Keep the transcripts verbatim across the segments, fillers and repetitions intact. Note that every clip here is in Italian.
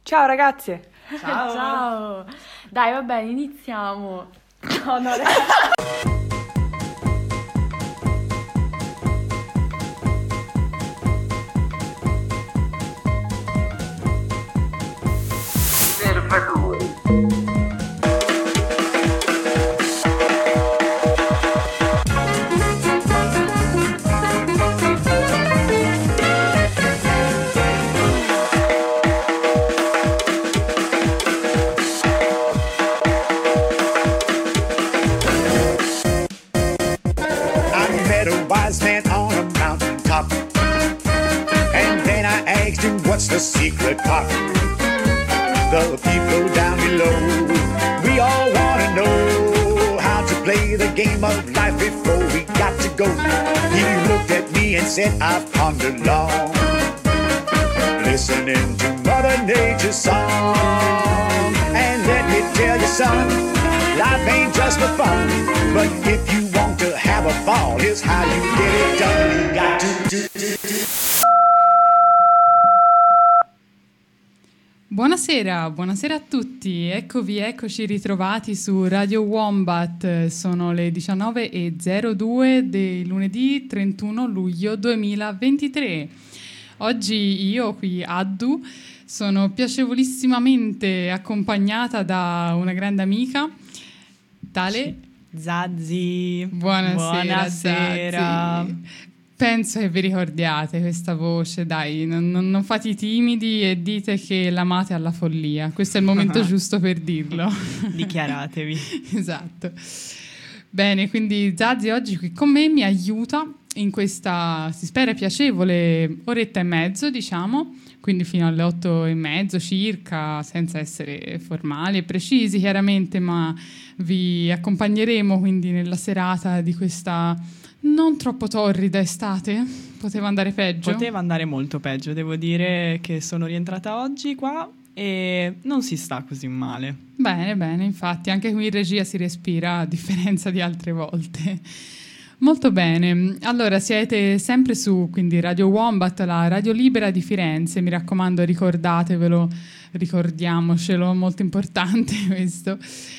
Ciao ragazze! Ciao! Ciao! Dai, va bene, iniziamo! No, no, ragazzi! What's the secret pop? The people down below, we all want to know how to play the game of life before we got to go. He looked at me and said, I've pondered long, listening to Mother Nature's song. And let me tell you, son, life ain't just for fun, but if you want to have a ball, here's how you get it done. You got to do, do, do. Buonasera, buonasera a tutti, eccovi, eccoci ritrovati su Radio Wombat, sono le diciannove e zero due del lunedì trentuno luglio duemilaventitré. Oggi io qui, Addu, sono piacevolissimamente accompagnata da una grande amica, tale Zazzi. Buonasera, Buonasera. Zazzi. Penso che vi ricordiate questa voce, dai, non, non, non fate i timidi e dite che l'amate alla follia. Questo è il momento giusto per dirlo. Dichiaratevi. Esatto. Bene, quindi Zazzi oggi qui con me mi aiuta in questa, si spera, piacevole oretta e mezzo, diciamo, quindi fino alle otto e mezzo circa, senza essere formali e precisi chiaramente, ma vi accompagneremo quindi nella serata di questa non troppo torrida estate. Poteva andare peggio? Poteva andare molto peggio, devo dire che sono rientrata oggi qua e non si sta così male. Bene, bene, infatti anche qui in regia si respira a differenza di altre volte. Molto bene, allora siete sempre su quindi Radio Wombat, la radio libera di Firenze, mi raccomando ricordatevelo, ricordiamocelo, molto importante questo.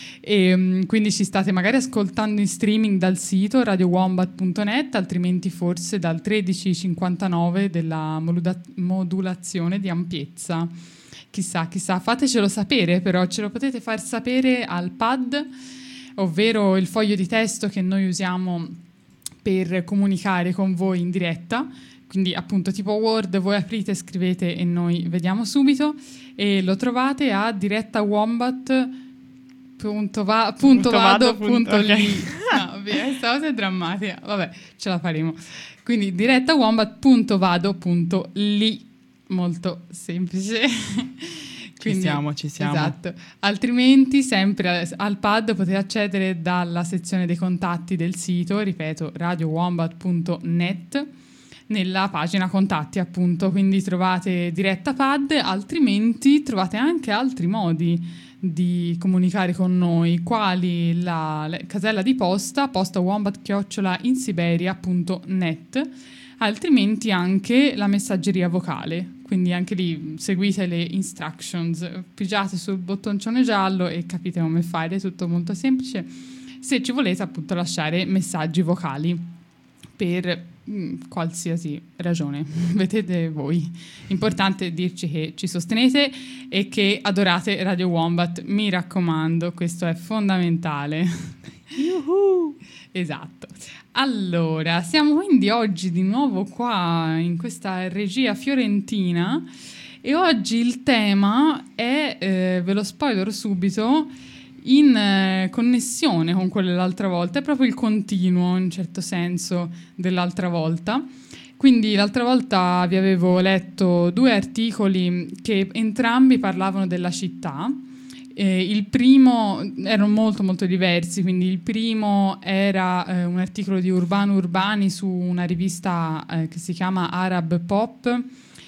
E quindi ci state magari ascoltando in streaming dal sito radio wombat punto net, altrimenti forse dal tredici cinquantanove della modula- modulazione di ampiezza. Chissà, chissà, fatecelo sapere, però ce lo potete far sapere al pad, ovvero il foglio di testo che noi usiamo per comunicare con voi in diretta. Quindi appunto tipo Word, voi aprite, scrivete e noi vediamo subito, e lo trovate a diretta wombat punto va, punto vado punto li. No, via, questa cosa è drammatica, vabbè, ce la faremo. Quindi diretta wombat punto vado punto li, molto semplice. Quindi, ci siamo, ci siamo. Esatto. Altrimenti sempre al pad potete accedere dalla sezione dei contatti del sito, ripeto, radio wombat punto net, nella pagina contatti appunto, quindi trovate diretta pad, altrimenti trovate anche altri modi di comunicare con noi, quali la, la casella di posta, posta wombat chiocciola insiberia punto net, altrimenti anche la messaggeria vocale, quindi anche lì seguite le instructions, pigiate sul bottoncione giallo e capite come fare, è tutto molto semplice, se ci volete appunto lasciare messaggi vocali per mh, qualsiasi ragione, vedete voi. Importante dirci che ci sostenete e che adorate Radio Wombat, mi raccomando, questo è fondamentale. Yuhu! Esatto. Allora, siamo quindi oggi di nuovo qua in questa regia fiorentina e oggi il tema è, eh, ve lo spoiler subito, in eh, connessione con quello dell'altra volta, è proprio il continuo in un certo senso dell'altra volta. Quindi l'altra volta vi avevo letto due articoli che entrambi parlavano della città. Eh, il primo erano molto molto diversi, quindi il primo era eh, un articolo di Urbano Urbani su una rivista eh, che si chiama Arab Pop,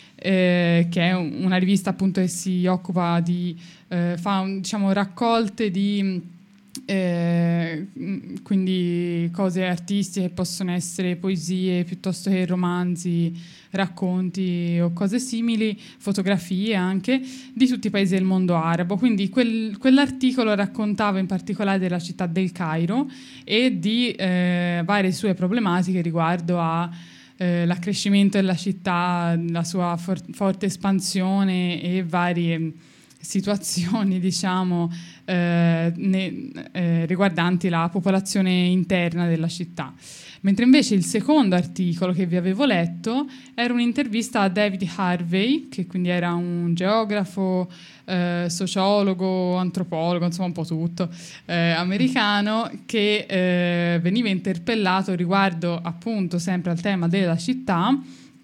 eh, che è una rivista appunto che si occupa di eh, fa un, diciamo raccolte di Eh, quindi cose artistiche possono essere poesie piuttosto che romanzi, racconti o cose simili, fotografie anche di tutti i paesi del mondo arabo. Quindi quel, quell'articolo raccontava in particolare della città del Cairo e di eh, varie sue problematiche riguardo a eh, l'accrescimento della città, la sua for- forte espansione e varie situazioni, diciamo, eh, ne, eh, riguardanti la popolazione interna della città. Mentre invece il secondo articolo che vi avevo letto era un'intervista a David Harvey, che quindi era un geografo, eh, sociologo, antropologo, insomma un po' tutto, eh, americano, che eh, veniva interpellato riguardo appunto sempre al tema della città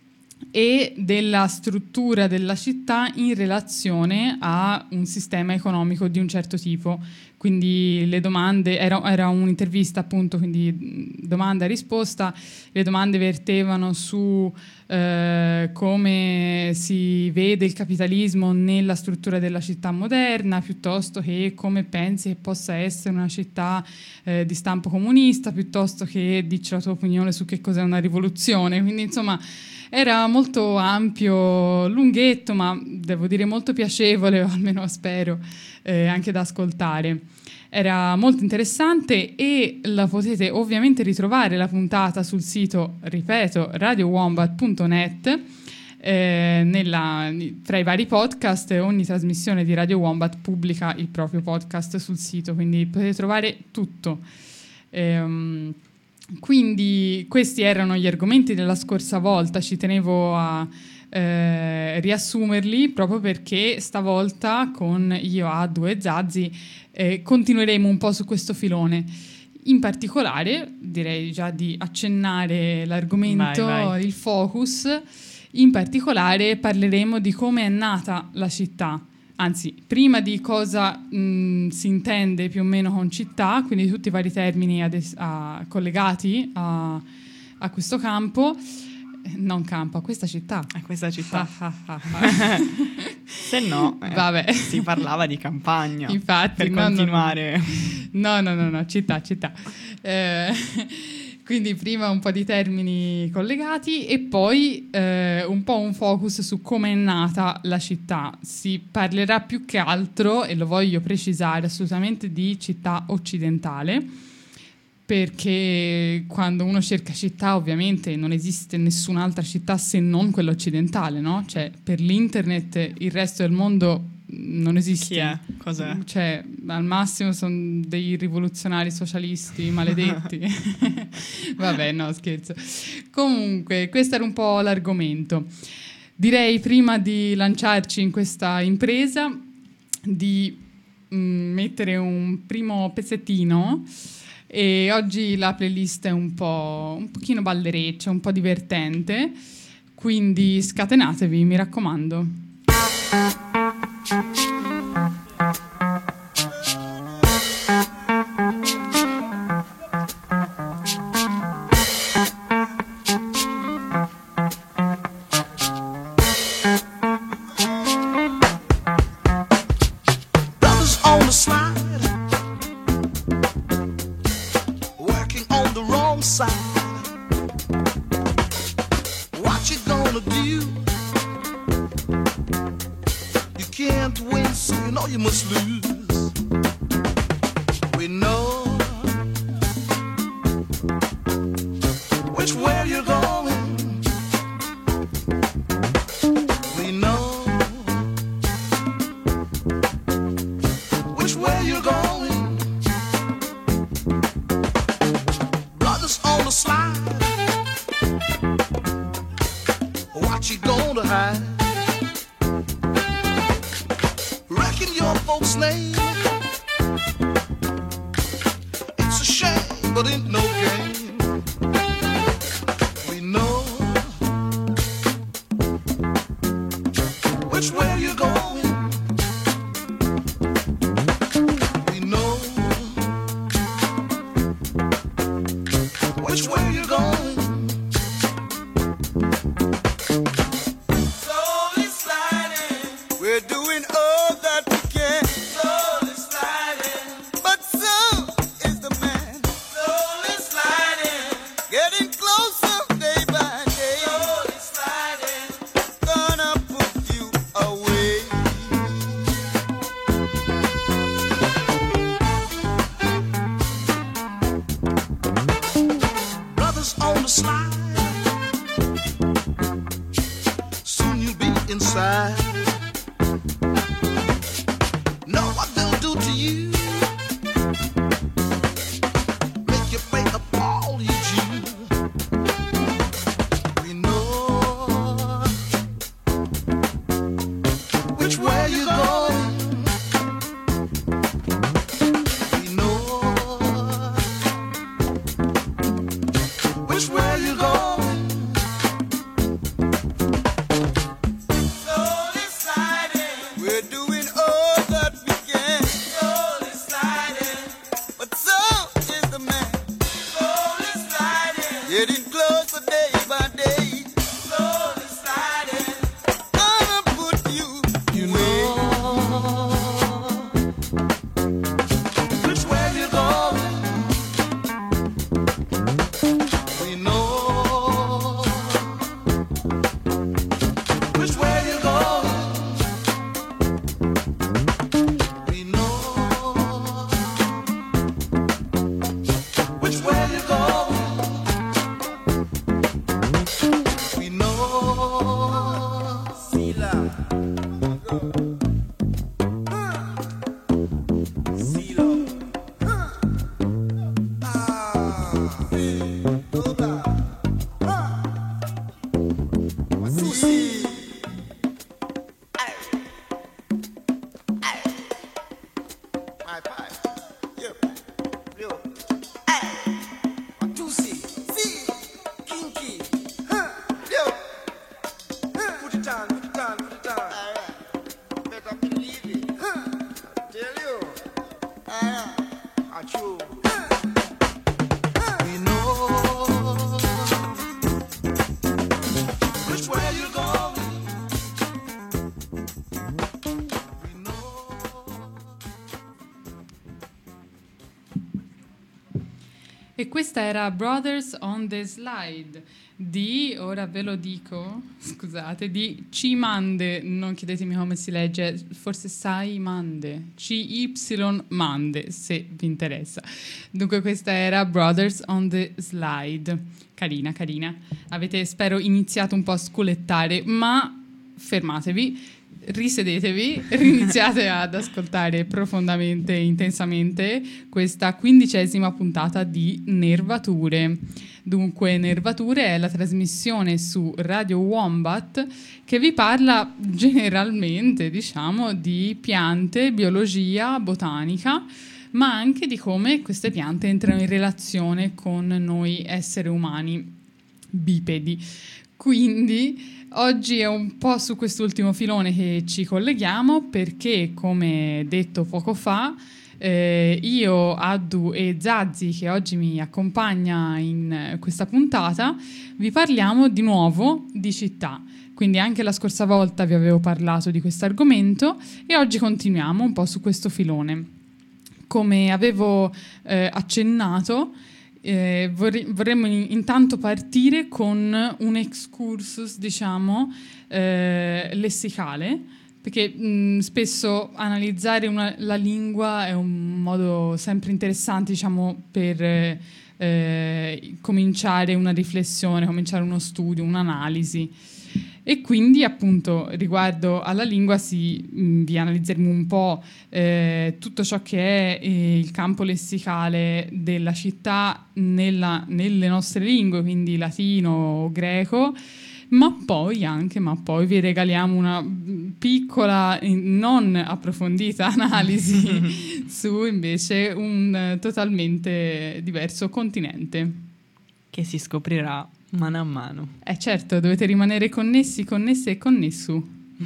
e della struttura della città in relazione a un sistema economico di un certo tipo. Quindi le domande, era, era un'intervista appunto, quindi domanda e risposta, le domande vertevano su eh, come si vede il capitalismo nella struttura della città moderna, piuttosto che come pensi che possa essere una città eh, di stampo comunista, piuttosto che dici la tua opinione su che cos'è una rivoluzione. Quindi insomma era molto ampio, lunghetto, ma devo dire molto piacevole, o almeno spero, eh, anche da ascoltare. Era molto interessante e la potete ovviamente ritrovare la puntata sul sito, ripeto, radio wombat punto net. Eh, nella, fra i vari podcast, ogni trasmissione di Radio Wombat pubblica il proprio podcast sul sito, quindi potete trovare tutto. Ehm, Quindi questi erano gli argomenti della scorsa volta, ci tenevo a eh, riassumerli proprio perché stavolta con Io A due Zazzi eh, continueremo un po' su questo filone. In particolare direi già di accennare l'argomento, vai, vai. il focus. In particolare parleremo di come è nata la città. Anzi, prima di cosa mh, si intende più o meno con città, quindi tutti i vari termini ades- a, collegati a, a questo campo, non campo, a questa città. A questa città. Se no, eh, Vabbè. si parlava di campagna. Infatti, per no, continuare. No, no, no, no, città, città. Eh, Quindi prima un po' di termini collegati e poi eh, un po' un focus su come è nata la città. Si parlerà più che altro, e lo voglio precisare, assolutamente di città occidentale, perché quando uno cerca città ovviamente non esiste nessun'altra città se non quella occidentale, no? Cioè per l'internet il resto del mondo non esiste. Chi è? Cos'è? Cioè, al massimo sono dei rivoluzionari socialisti maledetti. Vabbè, no, scherzo. Comunque, questo era un po' l'argomento. Direi, prima di lanciarci in questa impresa, di mh, mettere un primo pezzettino. E oggi la playlist è un po' un pochino ballereccia, un po' divertente. Quindi scatenatevi, mi raccomando. Brothers on the slide, working on the wrong side. What you gonna do? Can't win, so you know you must lose. We know which way you're going. We know which way you're going. Brothers on the slide, what you gonna hide? Your folks' name. It's a shame, but ain't no game. We know which way you're going. We know which way you're going. Slowly sliding, we're doing all that. Slowly sliding, but so inside. Know what they'll do to you. Make you pay up all you do. We know which way you're going. We know which way you're going. E questa era Brothers on the Slide di, ora ve lo dico, scusate, di Cimande, non chiedetemi come si legge, forse Sai Mande, C Y Mande, se vi interessa. Dunque questa era Brothers on the Slide, carina, carina. Avete, spero, iniziato un po' a sculettare, ma fermatevi, risedetevi, iniziate ad ascoltare profondamente e intensamente questa quindicesima puntata di Nervature. Dunque, Nervature è la trasmissione su Radio Wombat che vi parla generalmente, diciamo, di piante, biologia, botanica, ma anche di come queste piante entrano in relazione con noi esseri umani bipedi. Quindi oggi è un po' su quest'ultimo filone che ci colleghiamo perché, come detto poco fa, eh, io, Addu e Zazzi, che oggi mi accompagna in questa puntata, vi parliamo di nuovo di città. Quindi anche la scorsa volta vi avevo parlato di questo argomento e oggi continuiamo un po' su questo filone. Come avevo eh, accennato, Eh, vorre- vorremmo in- intanto partire con un excursus, diciamo, eh, lessicale, perché mh, spesso analizzare una, la lingua è un modo sempre interessante, diciamo, per eh, cominciare una riflessione, cominciare uno studio, un'analisi. E quindi, appunto, riguardo alla lingua si, mh, vi analizzeremo un po' eh, tutto ciò che è eh, il campo lessicale della città nella, nelle nostre lingue, quindi latino o greco, ma poi anche, ma poi vi regaliamo una piccola, non approfondita analisi su invece un totalmente diverso continente. Che si scoprirà mano a mano. Eh certo, dovete rimanere connessi, connesse e connessu.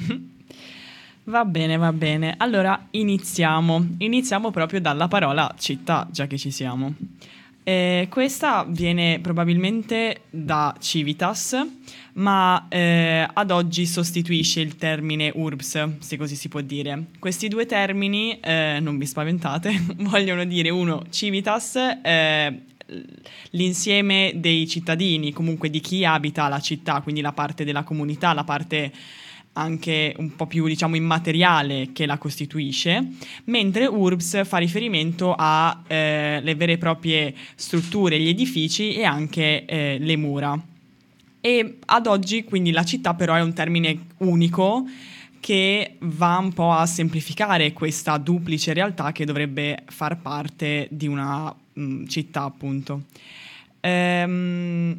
Va bene, va bene. Allora iniziamo. Iniziamo proprio dalla parola città, già che ci siamo. Eh, questa viene probabilmente da civitas, ma eh, ad oggi sostituisce il termine urbs, se così si può dire. Questi due termini, eh, non vi spaventate, vogliono dire uno civitas, eh, l'insieme dei cittadini, comunque di chi abita la città, quindi la parte della comunità, la parte anche un po' più, diciamo, immateriale che la costituisce, mentre urbs fa riferimento a eh, le vere e proprie strutture, gli edifici e anche eh, le mura. E ad oggi quindi la città però è un termine unico che va un po' a semplificare questa duplice realtà che dovrebbe far parte di una mh, città, appunto. Ehm,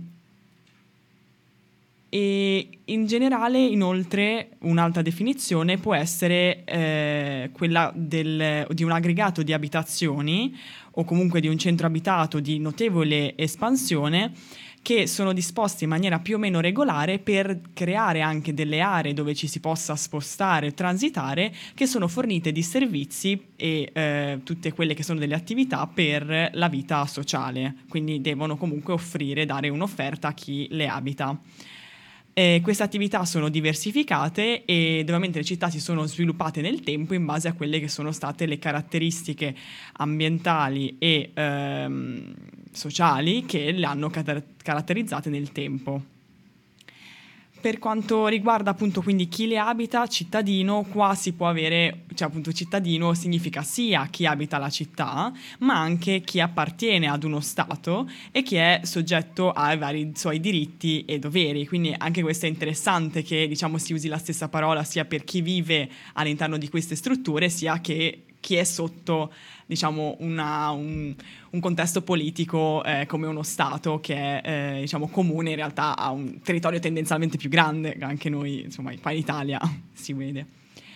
e in generale, inoltre, un'altra definizione può essere eh, quella del, di un aggregato di abitazioni o comunque di un centro abitato di notevole espansione che sono disposti in maniera più o meno regolare per creare anche delle aree dove ci si possa spostare, transitare, che sono fornite di servizi e eh, tutte quelle che sono delle attività per la vita sociale, quindi devono comunque offrire, dare un'offerta a chi le abita. Eh, queste attività sono diversificate e ovviamente le città si sono sviluppate nel tempo in base a quelle che sono state le caratteristiche ambientali e ehm, sociali che le hanno car- caratterizzate nel tempo. Per quanto riguarda appunto quindi chi le abita, cittadino, qua si può avere, cioè appunto cittadino significa sia chi abita la città, ma anche chi appartiene ad uno stato e chi è soggetto ai vari suoi diritti e doveri. Quindi anche questo è interessante che diciamo si usi la stessa parola sia per chi vive all'interno di queste strutture, sia che chi è sotto diciamo una, un, un contesto politico eh, come uno Stato che è eh, diciamo comune in realtà a un territorio tendenzialmente più grande, anche noi insomma qua in Italia si vede.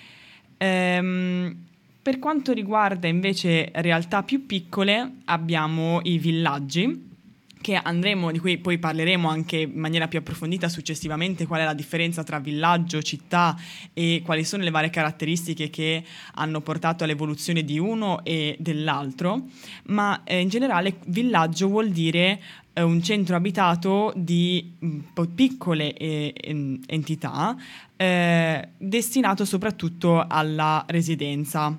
Ehm, per quanto riguarda invece realtà più piccole abbiamo i villaggi, che andremo, di cui poi parleremo anche in maniera più approfondita successivamente, qual è la differenza tra villaggio, città e quali sono le varie caratteristiche che hanno portato all'evoluzione di uno e dell'altro, ma eh, in generale villaggio vuol dire eh, un centro abitato di mh, piccole eh, entità eh, destinato soprattutto alla residenza.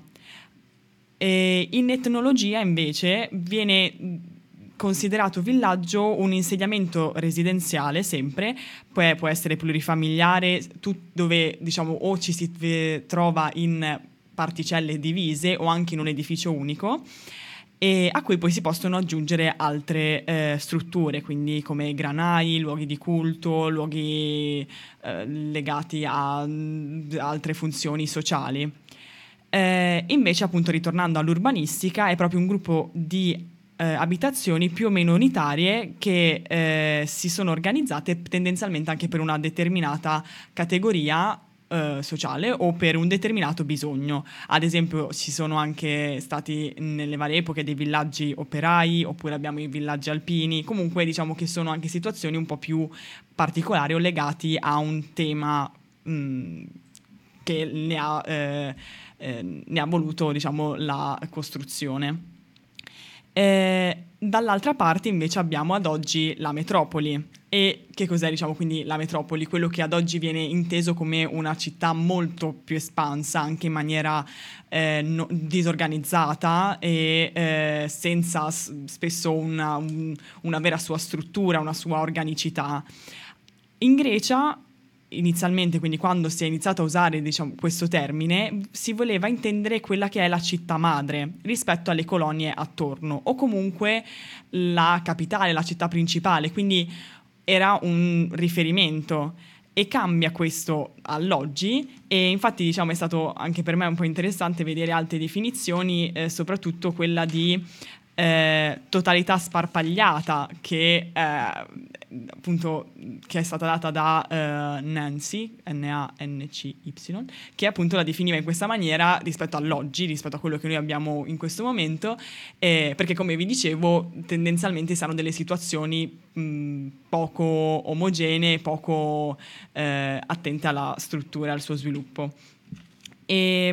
E in etnologia invece viene considerato villaggio un insediamento residenziale sempre, poi può essere plurifamiliare, tu, dove diciamo o ci si eh, trova in particelle divise o anche in un edificio unico, e a cui poi si possono aggiungere altre eh, strutture, quindi come granai, luoghi di culto, luoghi eh, legati a, a altre funzioni sociali. Eh, invece appunto ritornando all'urbanistica è proprio un gruppo di Eh, abitazioni più o meno unitarie che eh, si sono organizzate tendenzialmente anche per una determinata categoria eh, sociale o per un determinato bisogno. Ad esempio ci sono anche stati nelle varie epoche dei villaggi operai, oppure abbiamo i villaggi alpini, comunque diciamo che sono anche situazioni un po' più particolari o legati a un tema mh, che ne ha, eh, eh, ne ha voluto diciamo la costruzione. Eh, dall'altra parte invece abbiamo ad oggi la metropoli. E che cos'è diciamo quindi la metropoli? Quello che ad oggi viene inteso come una città molto più espansa, anche in maniera eh, no, disorganizzata e eh, senza s- spesso una, un, una vera sua struttura, una sua organicità. In Grecia inizialmente, quindi quando si è iniziato a usare diciamo, questo termine, si voleva intendere quella che è la città madre rispetto alle colonie attorno, o comunque la capitale, la città principale, quindi era un riferimento. E cambia questo all'oggi, e infatti diciamo è stato anche per me un po' interessante vedere altre definizioni, eh, soprattutto quella di eh, totalità sparpagliata che eh, appunto che è stata data da uh, Nancy, N A N C Y, che appunto la definiva in questa maniera rispetto all'oggi, rispetto a quello che noi abbiamo in questo momento, eh, perché come vi dicevo tendenzialmente saranno delle situazioni mh, poco omogenee, poco eh, attente alla struttura e al suo sviluppo. E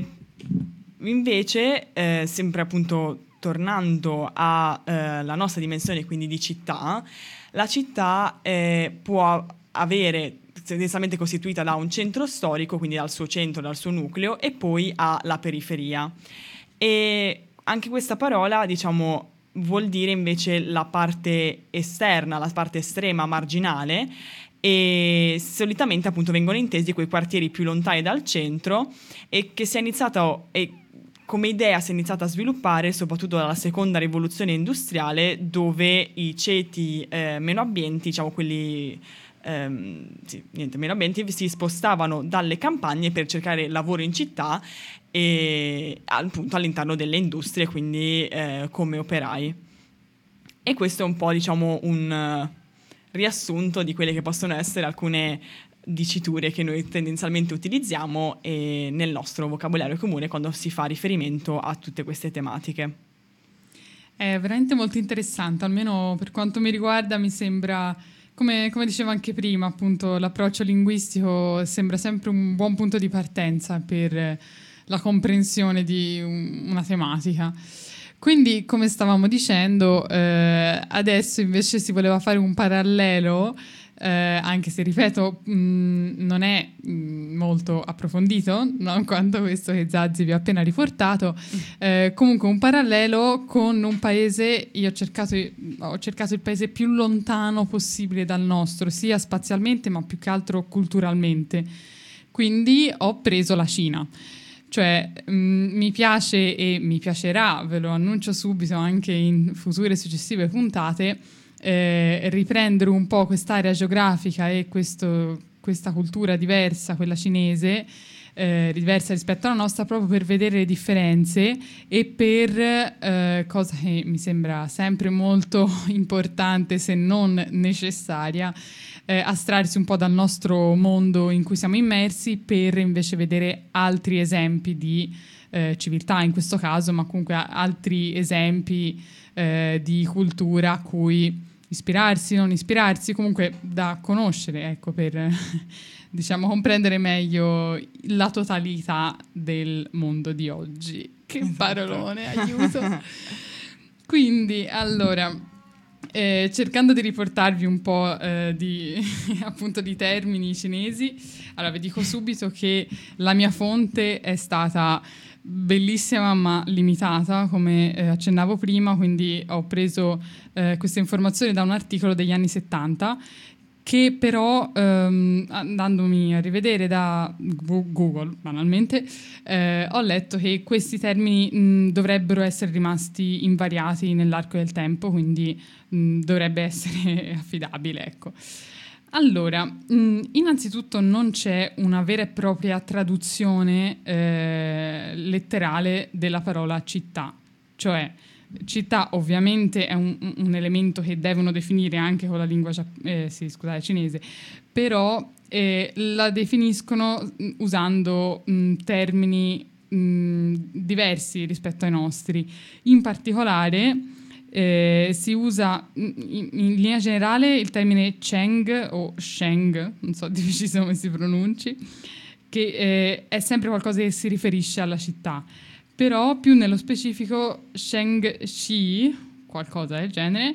invece eh, sempre appunto tornando alla eh, nostra dimensione quindi di città, la città eh, può avere tendenzialmente costituita da un centro storico, quindi dal suo centro, dal suo nucleo, e poi alla periferia. E anche questa parola, diciamo, vuol dire invece la parte esterna, la parte estrema, marginale, e solitamente appunto vengono intesi quei quartieri più lontani dal centro, e che si è iniziato e come idea si è iniziata a sviluppare soprattutto dalla seconda rivoluzione industriale, dove i ceti eh, meno abbienti, diciamo quelli ehm, sì, niente, meno abbienti si spostavano dalle campagne per cercare lavoro in città e appunto all'interno delle industrie, quindi eh, come operai. E questo è un po', diciamo, un riassunto di quelle che possono essere alcune diciture che noi tendenzialmente utilizziamo e nel nostro vocabolario comune quando si fa riferimento a tutte queste tematiche. È veramente molto interessante, almeno per quanto mi riguarda mi sembra, come, come dicevo anche prima, appunto l'approccio linguistico sembra sempre un buon punto di partenza per la comprensione di un, una tematica. Quindi, come stavamo dicendo, eh, adesso invece si voleva fare un parallelo, eh, anche se, ripeto, mh, non è mh, molto approfondito, non quanto questo che Zazzi vi ha appena riportato, eh, comunque un parallelo con un paese, io ho cercato, ho cercato il paese più lontano possibile dal nostro, sia spazialmente ma più che altro culturalmente. Quindi ho preso la Cina. Cioè, mh, mi piace e mi piacerà, ve lo annuncio subito anche in future successive puntate, eh, riprendere un po' quest'area geografica e questo, questa cultura diversa, quella cinese, eh, diversa rispetto alla nostra, proprio per vedere le differenze e per, eh, cosa che mi sembra sempre molto importante, se non necessaria, Eh, astrarsi un po' dal nostro mondo in cui siamo immersi per invece vedere altri esempi di eh, civiltà in questo caso, ma comunque altri esempi eh, di cultura a cui ispirarsi, non ispirarsi, comunque da conoscere, ecco, per diciamo comprendere meglio la totalità del mondo di oggi. Che esatto. Parolone, aiuto! Quindi, allora... Eh, cercando di riportarvi un po' eh, di, appunto di termini cinesi, allora vi dico subito che la mia fonte è stata bellissima ma limitata, come eh, accennavo prima, quindi ho preso eh, queste informazioni da un articolo degli anni settanta che però ehm, andandomi a rivedere da Google banalmente eh, ho letto che questi termini mh, dovrebbero essere rimasti invariati nell'arco del tempo, quindi mh, dovrebbe essere affidabile, ecco. Allora, mh, innanzitutto non c'è una vera e propria traduzione eh, letterale della parola città, cioè città ovviamente è un, un elemento che devono definire anche con la lingua eh, sì, scusate, cinese, però eh, la definiscono usando mh, termini mh, diversi rispetto ai nostri. In particolare eh, si usa in, in linea generale il termine Cheng o Sheng, non so di preciso come si pronunci, che eh, è sempre qualcosa che si riferisce alla città. Però più nello specifico Shengxi, qualcosa del genere,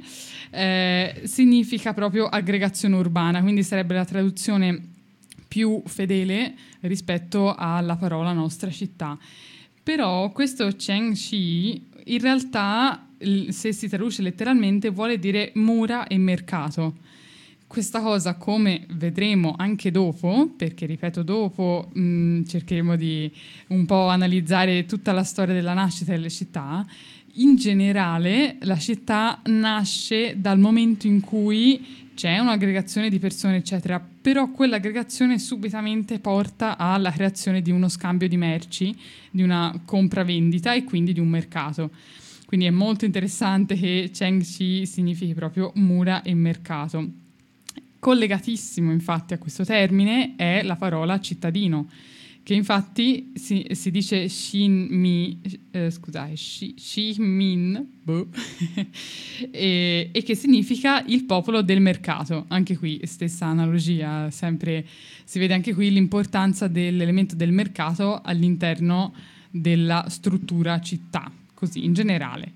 eh, significa proprio aggregazione urbana, quindi sarebbe la traduzione più fedele rispetto alla parola nostra città. Però questo Shengxi in realtà, se si traduce letteralmente, vuole dire mura e mercato. Questa cosa, come vedremo anche dopo, perché ripeto dopo mh, cercheremo di un po' analizzare tutta la storia della nascita delle città, in generale la città nasce dal momento in cui c'è un'aggregazione di persone eccetera, però quell'aggregazione subitamente porta alla creazione di uno scambio di merci, di una compravendita e quindi di un mercato. Quindi è molto interessante che Chengxi significhi proprio mura e mercato. Collegatissimo infatti a questo termine è la parola cittadino, che infatti si, si dice Xinmi, eh, scusate, Ximin, boh, e, e che significa il popolo del mercato. Anche qui stessa analogia, sempre si vede anche qui l'importanza dell'elemento del mercato all'interno della struttura città, così in generale.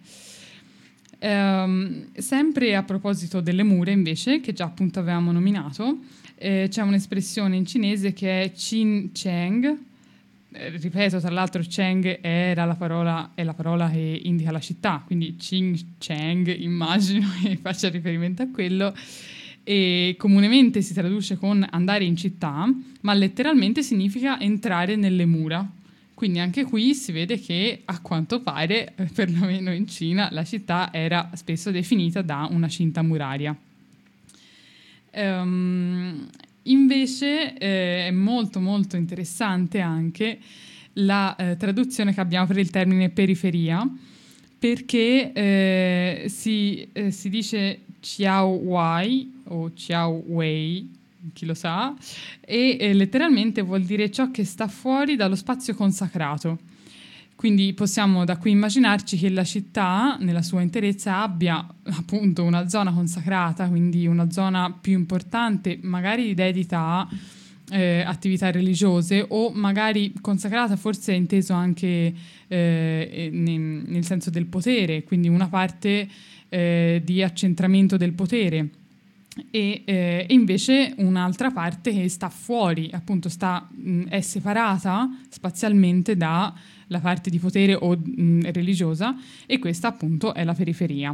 Um, sempre a proposito delle mura invece, che già appunto avevamo nominato, eh, c'è un'espressione in cinese che è Qin Cheng, eh, ripeto, tra l'altro Cheng era la parola, è la parola che indica la città, quindi Qin Cheng immagino che faccia riferimento a quello, e comunemente si traduce con andare in città, ma letteralmente significa entrare nelle mura. Quindi anche qui si vede che a quanto pare, perlomeno in Cina, la città era spesso definita da una cinta muraria. Um, invece eh, è molto molto interessante anche la eh, traduzione che abbiamo per il termine periferia, perché eh, si, eh, si dice Chiao Wai o Chiao Wei, chi lo sa, e eh, letteralmente vuol dire ciò che sta fuori dallo spazio consacrato. Quindi possiamo da qui immaginarci che la città nella sua interezza abbia appunto una zona consacrata, quindi una zona più importante, magari dedita a eh, attività religiose, o magari consacrata forse è inteso anche eh, nel, nel senso del potere, quindi una parte eh, di accentramento del potere. E, eh, e invece un'altra parte che sta fuori, appunto sta, mh, è separata spazialmente dalla parte di potere o mh, religiosa, e questa appunto è la periferia.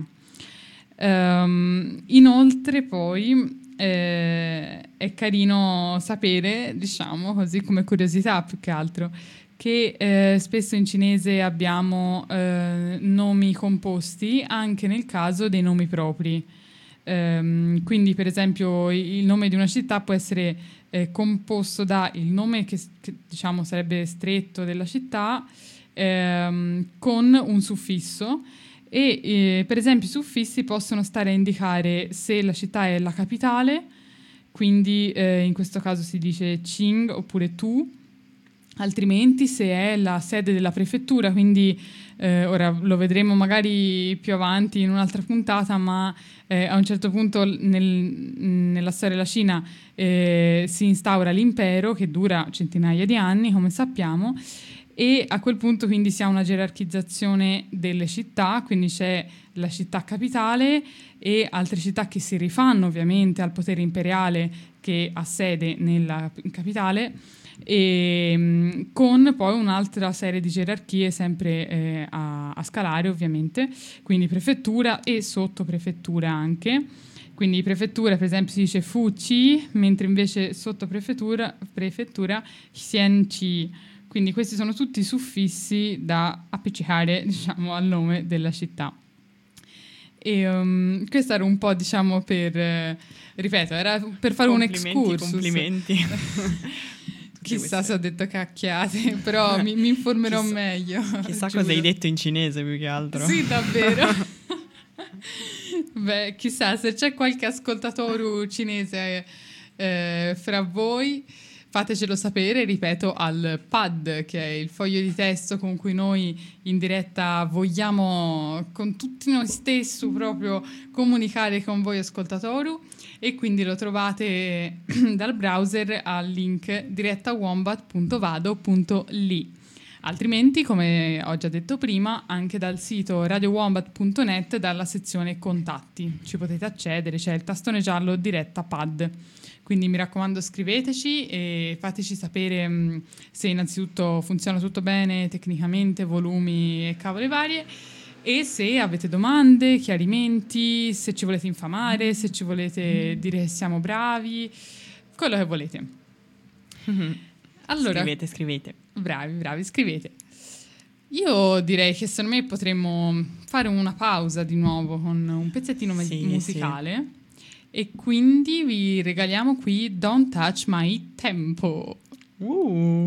Um, inoltre poi eh, è carino sapere, diciamo così come curiosità più che altro, che eh, spesso in cinese abbiamo eh, nomi composti anche nel caso dei nomi propri. Um, quindi per esempio il nome di una città può essere eh, composto da il nome che, che diciamo sarebbe stretto della città ehm, con un suffisso, e eh, per esempio i suffissi possono stare a indicare se la città è la capitale, quindi eh, in questo caso si dice Qing oppure Tu, altrimenti se è la sede della prefettura, quindi eh, ora lo vedremo magari più avanti in un'altra puntata, ma eh, a un certo punto nel, nella storia della Cina eh, si instaura l'impero che dura centinaia di anni, come sappiamo, e a quel punto quindi si ha una gerarchizzazione delle città, quindi c'è la città capitale e altre città che si rifanno ovviamente al potere imperiale che ha sede nella capitale, e con poi un'altra serie di gerarchie sempre eh, a, a scalare ovviamente, quindi prefettura e sottoprefettura anche. Quindi prefettura per esempio si dice Fuqi, mentre invece sottoprefettura prefettura Xianqi. Quindi questi sono tutti suffissi da appiccicare, diciamo, al nome della città. E um, questo era un po', diciamo, per eh, ripeto, era per fare un excursus. Complimenti. Chissà se ho detto cacchiate, però mi, mi informerò chissà, meglio. Chissà giuro. cosa hai detto in cinese più che altro. Sì, davvero. Beh, chissà se c'è qualche ascoltatore cinese eh, fra voi, fatecelo sapere, ripeto, al pad, che è il foglio di testo con cui noi in diretta vogliamo con tutti noi stessi proprio comunicare con voi ascoltatori, e quindi lo trovate dal browser al link diretta-wombat punto vado punto li. Altrimenti, come ho già detto prima, anche dal sito radio wombat punto net, dalla sezione contatti ci potete accedere, c'è il tastone giallo diretta pad. Quindi mi raccomando, scriveteci e fateci sapere mh, se innanzitutto funziona tutto bene tecnicamente, volumi e cavole varie, e se avete domande, chiarimenti, se ci volete infamare, se ci volete dire che siamo bravi, quello che volete. Allora, scrivete, scrivete. Bravi, bravi, scrivete. Io direi che secondo me potremmo fare una pausa di nuovo con un pezzettino sì, musicale. Sì. E quindi vi regaliamo qui Don't Touch My Tempo. Uh.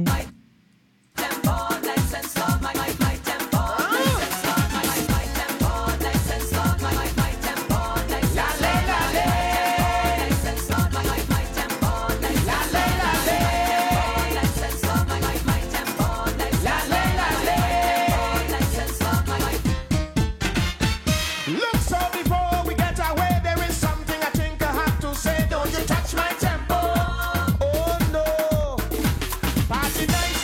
Party night.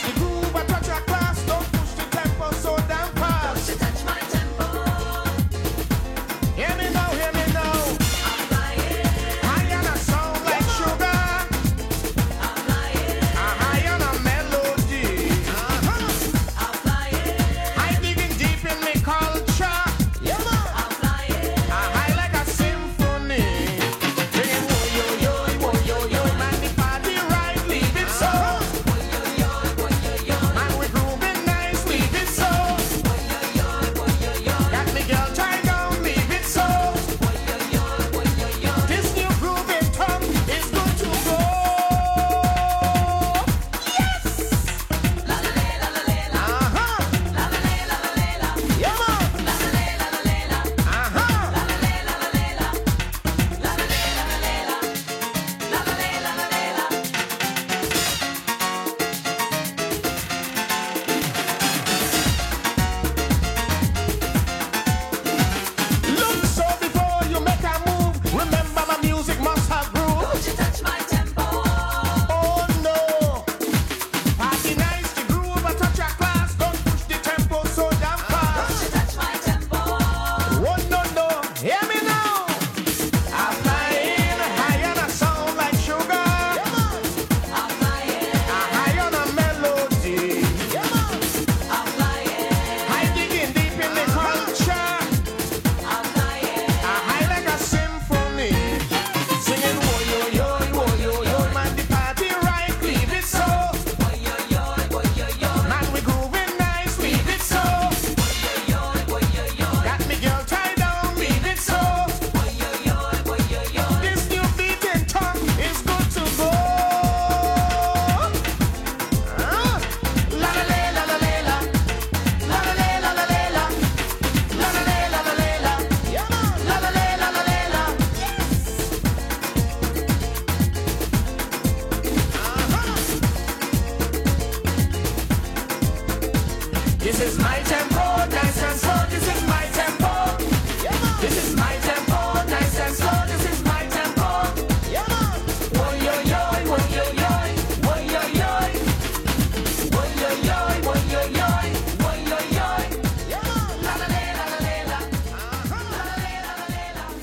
This is my tempo, nice and slow. This is my tempo. This is my tempo, nice and slow. This is my tempo. Woy yo yo, woy yo yo, woy yo yo, woy yo yo, woy yo yo, woy yo yo. La la le, la la le, la. La la le, la la le, la.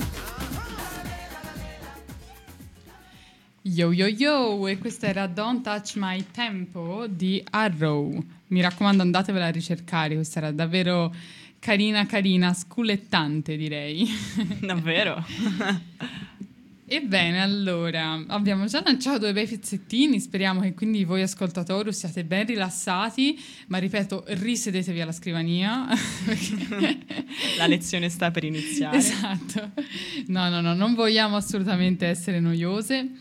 Yo yo yo, e questa era Don't Touch My Tempo di Arrow. Mi raccomando, andatevela a ricercare, questa era davvero carina carina, sculettante direi. Davvero? Ebbene, allora, abbiamo già lanciato due bei pezzettini, speriamo che quindi voi ascoltatori siate ben rilassati, ma ripeto, risedetevi alla scrivania. La lezione sta per iniziare. Esatto. No, no, no, non vogliamo assolutamente essere noiose,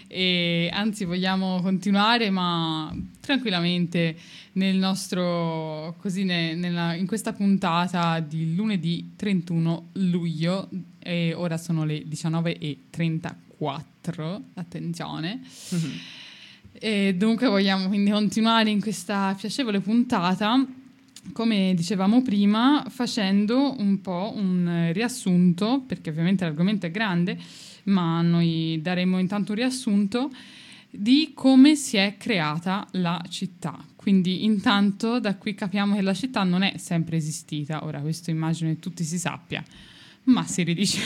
e anzi vogliamo continuare, ma tranquillamente nel nostro, così ne, nella, in questa puntata di lunedì trentuno luglio, e ora sono le diciannove e trentaquattro, attenzione. Mm-hmm. E dunque vogliamo quindi continuare in questa piacevole puntata, come dicevamo prima, facendo un po' un riassunto, perché ovviamente l'argomento è grande, ma noi daremo intanto un riassunto di come si è creata la città. Quindi intanto da qui capiamo che la città non è sempre esistita, ora questo immagino che tutti si sappia, ma si ridice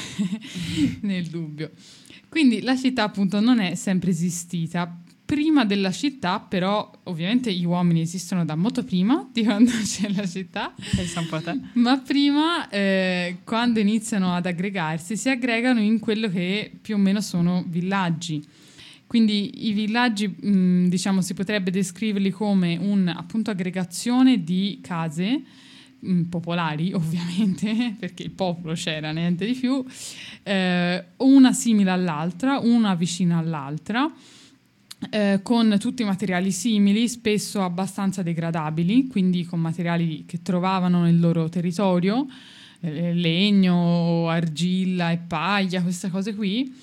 nel dubbio. Quindi la città appunto non è sempre esistita. Prima della città però ovviamente gli uomini esistono da molto prima di quando c'è la città. Pensa un po' a te. Ma prima, eh, quando iniziano ad aggregarsi, si aggregano in quello che più o meno sono villaggi. Quindi i villaggi, mh, diciamo, si potrebbe descriverli come un appunto aggregazione di case mh, popolari, ovviamente, perché il popolo c'era, niente di più, eh, una simile all'altra, una vicina all'altra, eh, con tutti i materiali simili, spesso abbastanza degradabili, quindi con materiali che trovavano nel loro territorio, eh, legno, argilla e paglia, queste cose qui.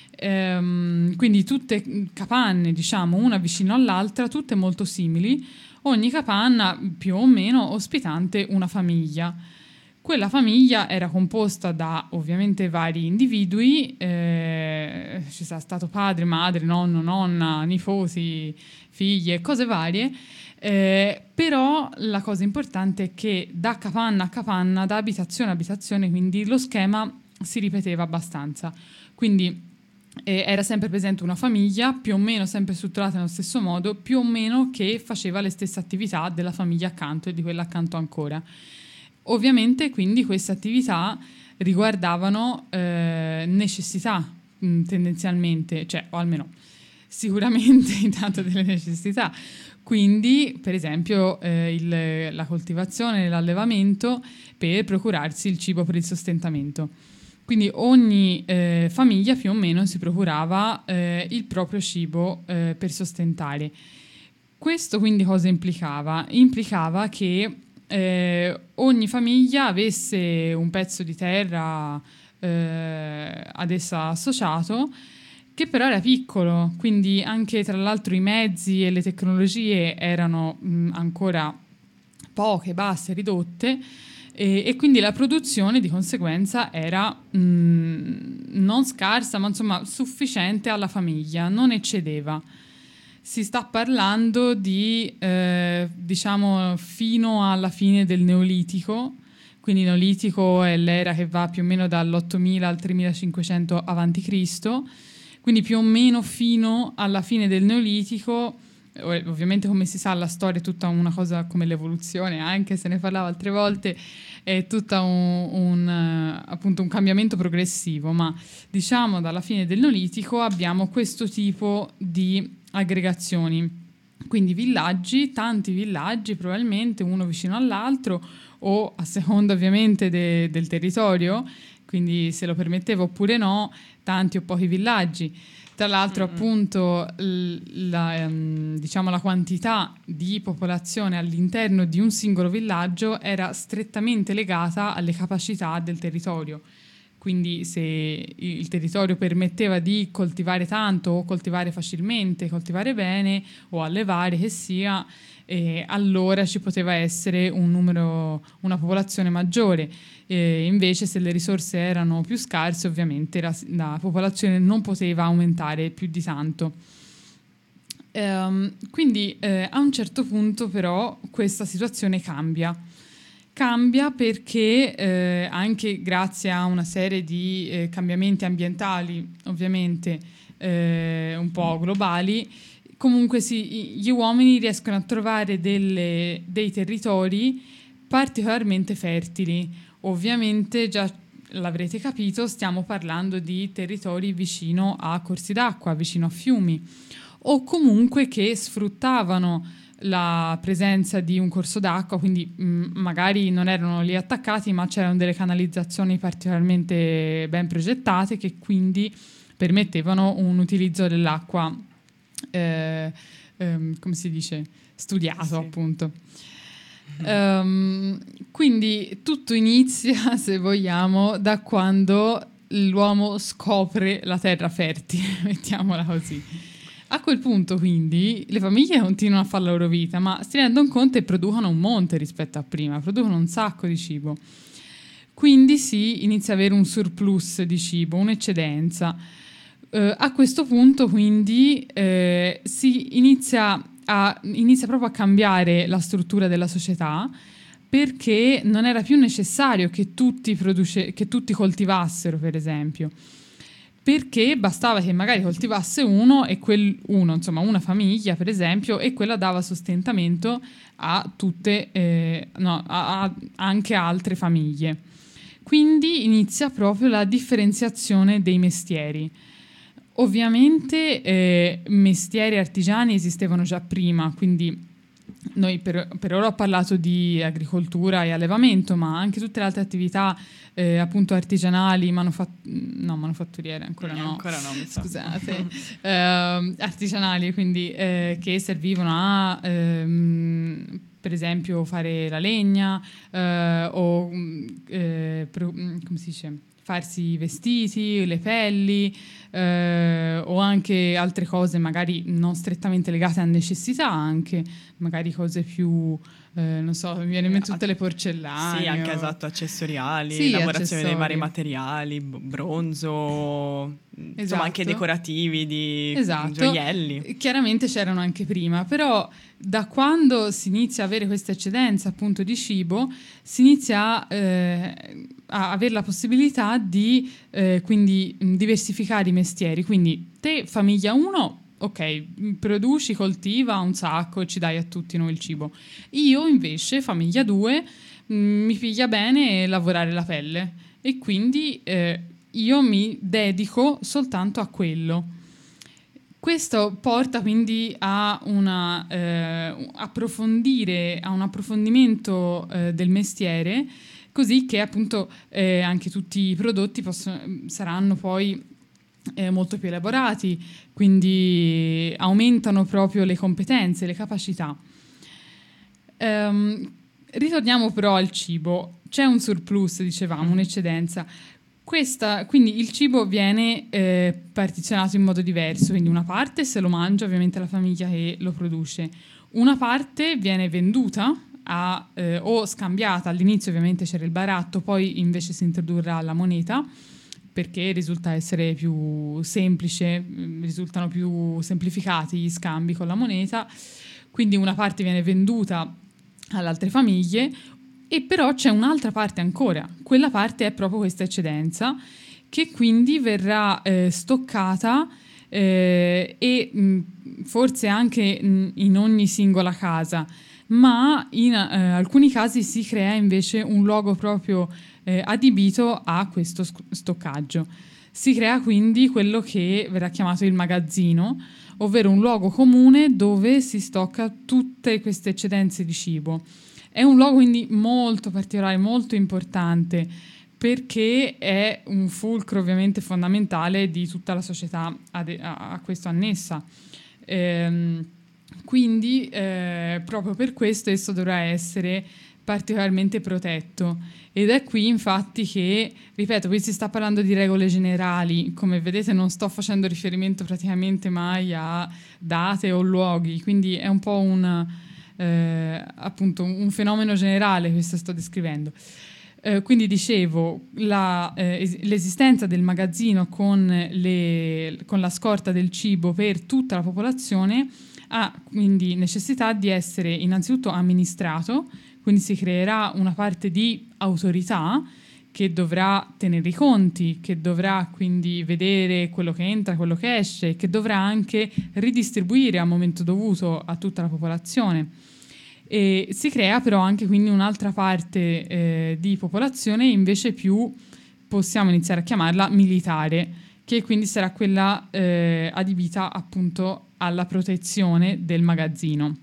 Ehm, quindi tutte capanne, diciamo, una vicino all'altra, tutte molto simili, ogni capanna più o meno ospitante una famiglia. Quella famiglia era composta da ovviamente vari individui, eh, ci sarà stato padre, madre, nonno, nonna, nipoti, figlie, cose varie, eh, però la cosa importante è che da capanna a capanna, da abitazione a abitazione, quindi lo schema si ripeteva abbastanza. Quindi eh, era sempre presente una famiglia, più o meno sempre strutturata nello stesso modo, più o meno che faceva le stesse attività della famiglia accanto e di quella accanto ancora. Ovviamente quindi queste attività riguardavano eh, necessità mh, tendenzialmente, cioè o almeno sicuramente intanto delle necessità. Quindi per esempio eh, il, la coltivazione e l'allevamento per procurarsi il cibo per il sostentamento. Quindi ogni eh, famiglia più o meno si procurava eh, il proprio cibo eh, per sostentare. Questo quindi cosa implicava? Implicava che Eh, ogni famiglia avesse un pezzo di terra eh, ad essa associato, che però era piccolo, quindi anche tra l'altro i mezzi e le tecnologie erano mh, ancora poche, basse, ridotte, e, e quindi la produzione di conseguenza era mh, non scarsa, ma insomma sufficiente alla famiglia, non eccedeva. Si sta parlando di, eh, diciamo, fino alla fine del Neolitico, quindi Neolitico è l'era che va più o meno dall'ottomila al tremilacinquecento avanti Cristo, quindi più o meno fino alla fine del Neolitico. Ovviamente, come si sa, la storia è tutta una cosa come l'evoluzione, anche se ne parlava altre volte, è tutta un, un, appunto un cambiamento progressivo, ma diciamo dalla fine del Neolitico abbiamo questo tipo di aggregazioni, quindi villaggi, tanti villaggi probabilmente uno vicino all'altro o a seconda ovviamente de, del territorio, quindi se lo permetteva oppure no, tanti o pochi villaggi. Tra l'altro mm-hmm. appunto la, diciamo, la quantità di popolazione all'interno di un singolo villaggio era strettamente legata alle capacità del territorio. quindi se il territorio permetteva di coltivare tanto o coltivare facilmente, coltivare bene o allevare che sia, eh, allora ci poteva essere un numero, una popolazione maggiore. Eh, invece se le risorse erano più scarse, ovviamente la, la popolazione non poteva aumentare più di tanto. Um, quindi eh, a un certo punto però questa situazione cambia. Cambia perché eh, anche grazie a una serie di eh, cambiamenti ambientali, ovviamente eh, un po' globali, comunque sì, gli uomini riescono a trovare delle, dei territori particolarmente fertili. Ovviamente già l'avrete capito, stiamo parlando di territori vicino a corsi d'acqua, vicino a fiumi, o comunque che sfruttavano la presenza di un corso d'acqua, quindi mh, magari non erano lì attaccati, ma c'erano delle canalizzazioni particolarmente ben progettate che quindi permettevano un utilizzo dell'acqua, eh, ehm, come si dice, studiato, sì. appunto. Um, quindi tutto inizia, se vogliamo, da quando l'uomo scopre la terra fertile, mettiamola così. A quel punto, quindi, le famiglie continuano a fare la loro vita, ma si rendono conto e producono un monte rispetto a prima, producono un sacco di cibo. Quindi si inizia ad avere un surplus di cibo, un'eccedenza. Eh, a questo punto, quindi, eh, si inizia, a, inizia proprio a cambiare la struttura della società, perché non era più necessario che tutti, produce, che tutti coltivassero, per esempio. Perché bastava che magari coltivasse uno e quel uno, insomma una famiglia per esempio, e quella dava sostentamento a tutte, eh, no, a, a anche altre famiglie. Quindi inizia proprio la differenziazione dei mestieri. Ovviamente eh, mestieri artigiani esistevano già prima, quindi noi per, per ora ho parlato di agricoltura e allevamento, ma anche tutte le altre attività eh, appunto artigianali, manufat- no, manufatturiere ancora no, ancora no mi sa. Scusate, eh, artigianali, quindi eh, che servivano a ehm, per esempio fare la legna eh, o eh, pro- come si dice? farsi i vestiti, le pelli eh, o anche altre cose magari non strettamente legate a necessità, anche magari cose più eh, non so, mi viene in mente tutte le porcellane. Sì, anche o... esatto, accessoriali, sì, lavorazione accessori. dei vari materiali, b- bronzo, esatto. insomma anche decorativi di esatto. gioielli. Chiaramente c'erano anche prima, però da quando si inizia a avere questa eccedenza appunto di cibo, si inizia eh, a avere la possibilità di eh, quindi diversificare i mestieri. Quindi te, famiglia uno, ok, produci, coltiva un sacco e ci dai a tutti noi il cibo. Io invece, famiglia due, mh, mi piglia bene lavorare la pelle e quindi eh, io mi dedico soltanto a quello. Questo porta quindi a una eh, approfondire, a un approfondimento eh, del mestiere, così che appunto eh, anche tutti i prodotti possono, saranno poi eh, molto più elaborati, quindi aumentano proprio le competenze, le capacità. Um, ritorniamo però al cibo. C'è un surplus, dicevamo, un'eccedenza. Questa, quindi il cibo viene eh, partizionato in modo diverso, quindi una parte se lo mangia ovviamente la famiglia che lo produce, una parte viene venduta a, eh, o scambiata. All'inizio ovviamente c'era il baratto, poi invece si introdurrà la moneta perché risulta essere più semplice, risultano più semplificati gli scambi con la moneta, quindi una parte viene venduta alle altre famiglie. E però c'è un'altra parte ancora, quella parte è proprio questa eccedenza che quindi verrà eh, stoccata eh, e mh, forse anche mh, in ogni singola casa, ma in eh, alcuni casi si crea invece un luogo proprio eh, adibito a questo sc- stoccaggio. Si crea quindi quello che verrà chiamato il magazzino, ovvero un luogo comune dove si stocca tutte queste eccedenze di cibo. È un luogo quindi molto particolare, molto importante, perché è un fulcro ovviamente fondamentale di tutta la società a, de- a questo annessa. Ehm, quindi eh, proprio per questo esso dovrà essere particolarmente protetto. Ed è qui infatti che, ripeto, qui si sta parlando di regole generali, come vedete non sto facendo riferimento praticamente mai a date o luoghi, quindi è un po' un, eh, appunto un fenomeno generale che sto descrivendo. Eh, quindi dicevo, la, eh, es- l'esistenza del magazzino con, le, con la scorta del cibo per tutta la popolazione ha quindi necessità di essere innanzitutto amministrato, quindi si creerà una parte di autorità che dovrà tenere i conti, che dovrà quindi vedere quello che entra, quello che esce, che dovrà anche ridistribuire a momento dovuto a tutta la popolazione. E si crea però anche quindi un'altra parte eh, di popolazione invece più, possiamo iniziare a chiamarla militare, che quindi sarà quella eh, adibita appunto alla protezione del magazzino.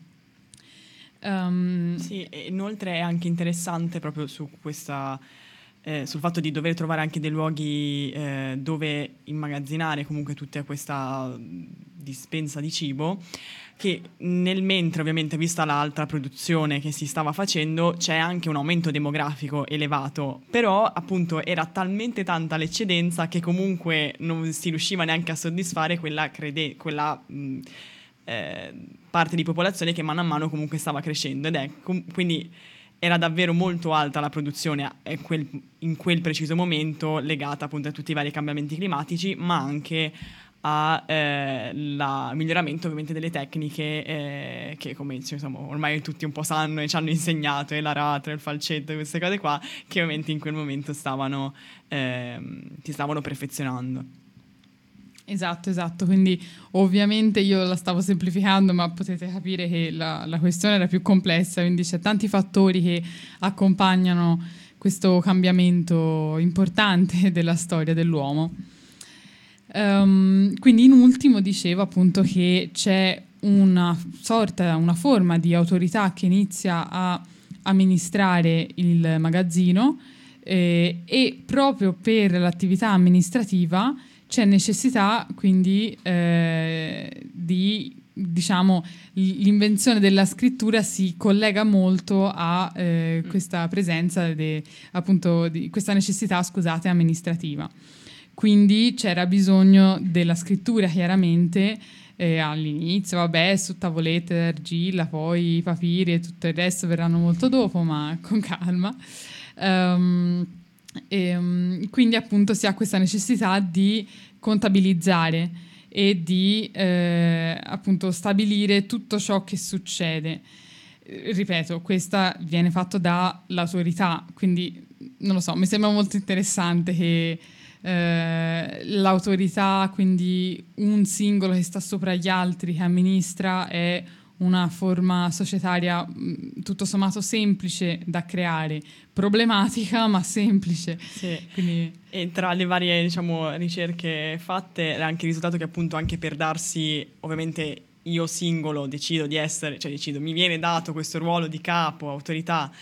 Um, Sì, e inoltre è anche interessante proprio su questa, eh, sul fatto di dover trovare anche dei luoghi eh, dove immagazzinare comunque tutta questa dispensa di cibo, che nel mentre ovviamente vista l'alta produzione che si stava facendo c'è anche un aumento demografico elevato, però appunto era talmente tanta l'eccedenza che comunque non si riusciva neanche a soddisfare quella, crede- quella mh, eh, parte di popolazione che mano a mano comunque stava crescendo, ed è com- quindi era davvero molto alta la produzione a quel, in quel preciso momento, legata appunto a tutti i vari cambiamenti climatici, ma anche a eh, la miglioramento ovviamente delle tecniche eh, che, come insomma, ormai tutti un po' sanno e ci hanno insegnato, e l'aratro, il falcetto, queste cose qua, che ovviamente in quel momento stavano eh, si stavano perfezionando. Esatto, esatto, quindi ovviamente io la stavo semplificando, ma potete capire che la, la questione era più complessa, quindi c'è tanti fattori che accompagnano questo cambiamento importante della storia dell'uomo. Um, quindi in ultimo dicevo appunto che c'è una sorta, una forma di autorità che inizia a amministrare il magazzino eh, e proprio per l'attività amministrativa c'è necessità quindi eh, di, diciamo, l'invenzione della scrittura si collega molto a eh, questa presenza de, appunto di questa necessità, scusate, amministrativa. Quindi c'era bisogno della scrittura chiaramente eh, all'inizio, vabbè, su tavolette d'argilla, poi i papiri e tutto il resto verranno molto dopo, ma con calma. Um, e, um, quindi appunto si ha questa necessità di contabilizzare e di eh, appunto stabilire tutto ciò che succede. Ripeto, questa viene fatto dall'autorità, quindi non lo so, mi sembra molto interessante che Eh, l'autorità, quindi un singolo che sta sopra gli altri, che amministra, è una forma societaria mh, tutto sommato semplice da creare, problematica ma semplice. Sì. Quindi... E tra le varie, diciamo, ricerche fatte era anche il risultato che appunto anche per darsi, ovviamente io singolo decido di essere, cioè decido, mi viene dato questo ruolo di capo, autorità,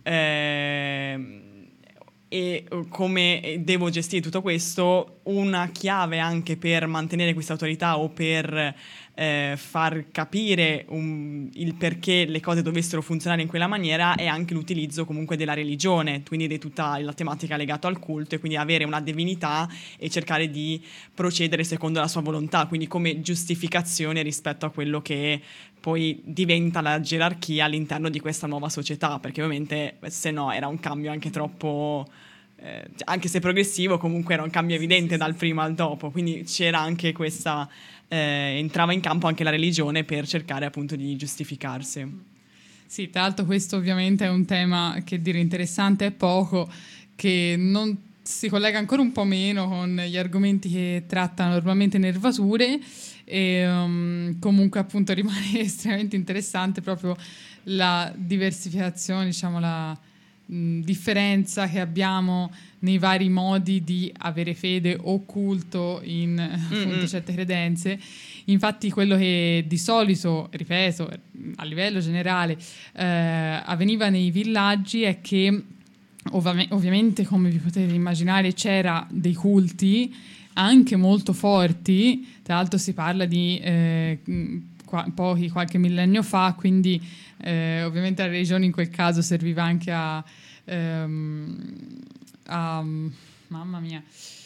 eh, e come devo gestire tutto questo, una chiave anche per mantenere questa autorità o per eh, far capire un, il perché le cose dovessero funzionare in quella maniera è anche l'utilizzo comunque della religione, quindi di tutta la tematica legata al culto, e quindi avere una divinità e cercare di procedere secondo la sua volontà, quindi come giustificazione rispetto a quello che poi diventa la gerarchia all'interno di questa nuova società, perché ovviamente se no era un cambio anche troppo, eh, anche se progressivo, comunque era un cambio evidente dal prima al dopo, quindi c'era anche questa, eh, entrava in campo anche la religione per cercare appunto di giustificarsi. Sì, tra l'altro questo ovviamente è un tema che dire interessante è poco, che non si collega ancora un po' meno con gli argomenti che tratta normalmente Nervature, e um, comunque appunto rimane estremamente interessante proprio la diversificazione, diciamo la mh, differenza che abbiamo nei vari modi di avere fede o culto in appunto, mm-hmm. certe credenze. Infatti quello che di solito, ripeto, a livello generale eh, avveniva nei villaggi è che ovvi- ovviamente, come vi potete immaginare, c'era dei culti anche molto forti. Tra l'altro si parla di eh, qua, pochi, qualche millennio fa, quindi eh, ovviamente la religione in quel caso serviva anche a, ehm, a mamma mia,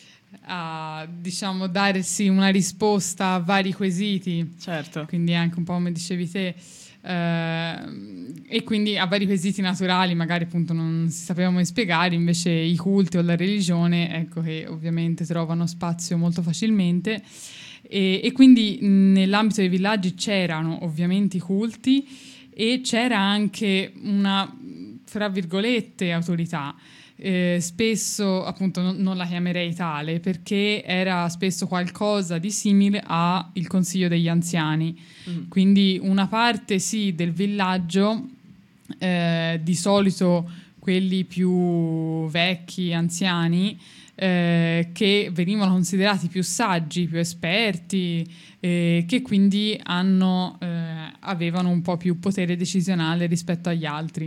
a diciamo dare sì, una risposta a vari quesiti. Certo. Quindi anche un po' come dicevi te, eh, e quindi a vari quesiti naturali magari appunto non si sapeva come spiegare, invece i culti o la religione, ecco, che ovviamente trovano spazio molto facilmente, e, e quindi nell'ambito dei villaggi c'erano ovviamente i culti e c'era anche una, fra virgolette, autorità. Eh, spesso appunto non, non la chiamerei tale, perché era spesso qualcosa di simile a il consiglio degli anziani, mm. quindi una parte sì del villaggio, eh, di solito quelli più vecchi, anziani, eh, che venivano considerati più saggi, più esperti, eh, che quindi hanno, eh, avevano un po' più potere decisionale rispetto agli altri.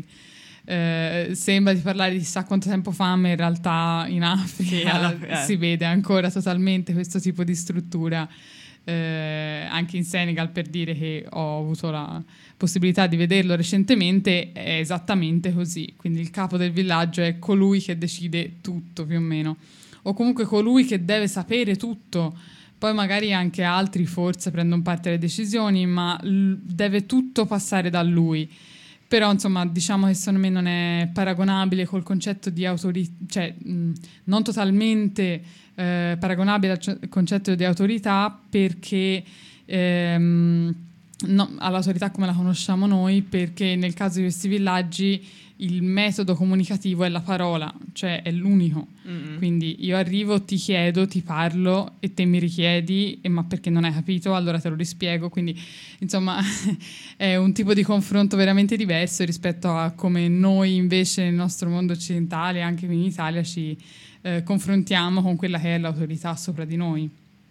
Eh, sembra di parlare di chissà quanto tempo fa, ma in realtà in Africa sì, alla, eh. si vede ancora totalmente questo tipo di struttura, eh, anche in Senegal, per dire che ho avuto la possibilità di vederlo recentemente, è esattamente così, quindi il capo del villaggio è colui che decide tutto più o meno, o comunque colui che deve sapere tutto. Poi magari anche altri forse prendono parte alle decisioni, ma l- deve tutto passare da lui. Però insomma diciamo che secondo me non è paragonabile col concetto di autorità, cioè mh, non totalmente eh, paragonabile al c- concetto di autorità, perché ehm, no, all'autorità come la conosciamo noi, perché nel caso di questi villaggi il metodo comunicativo è la parola, cioè è l'unico. Mm-hmm. Quindi io arrivo, ti chiedo, ti parlo e te mi richiedi, e ma perché non hai capito? Allora te lo rispiego. Quindi insomma è un tipo di confronto veramente diverso rispetto a come noi invece nel nostro mondo occidentale, anche qui in Italia, ci eh, confrontiamo con quella che è l'autorità sopra di noi.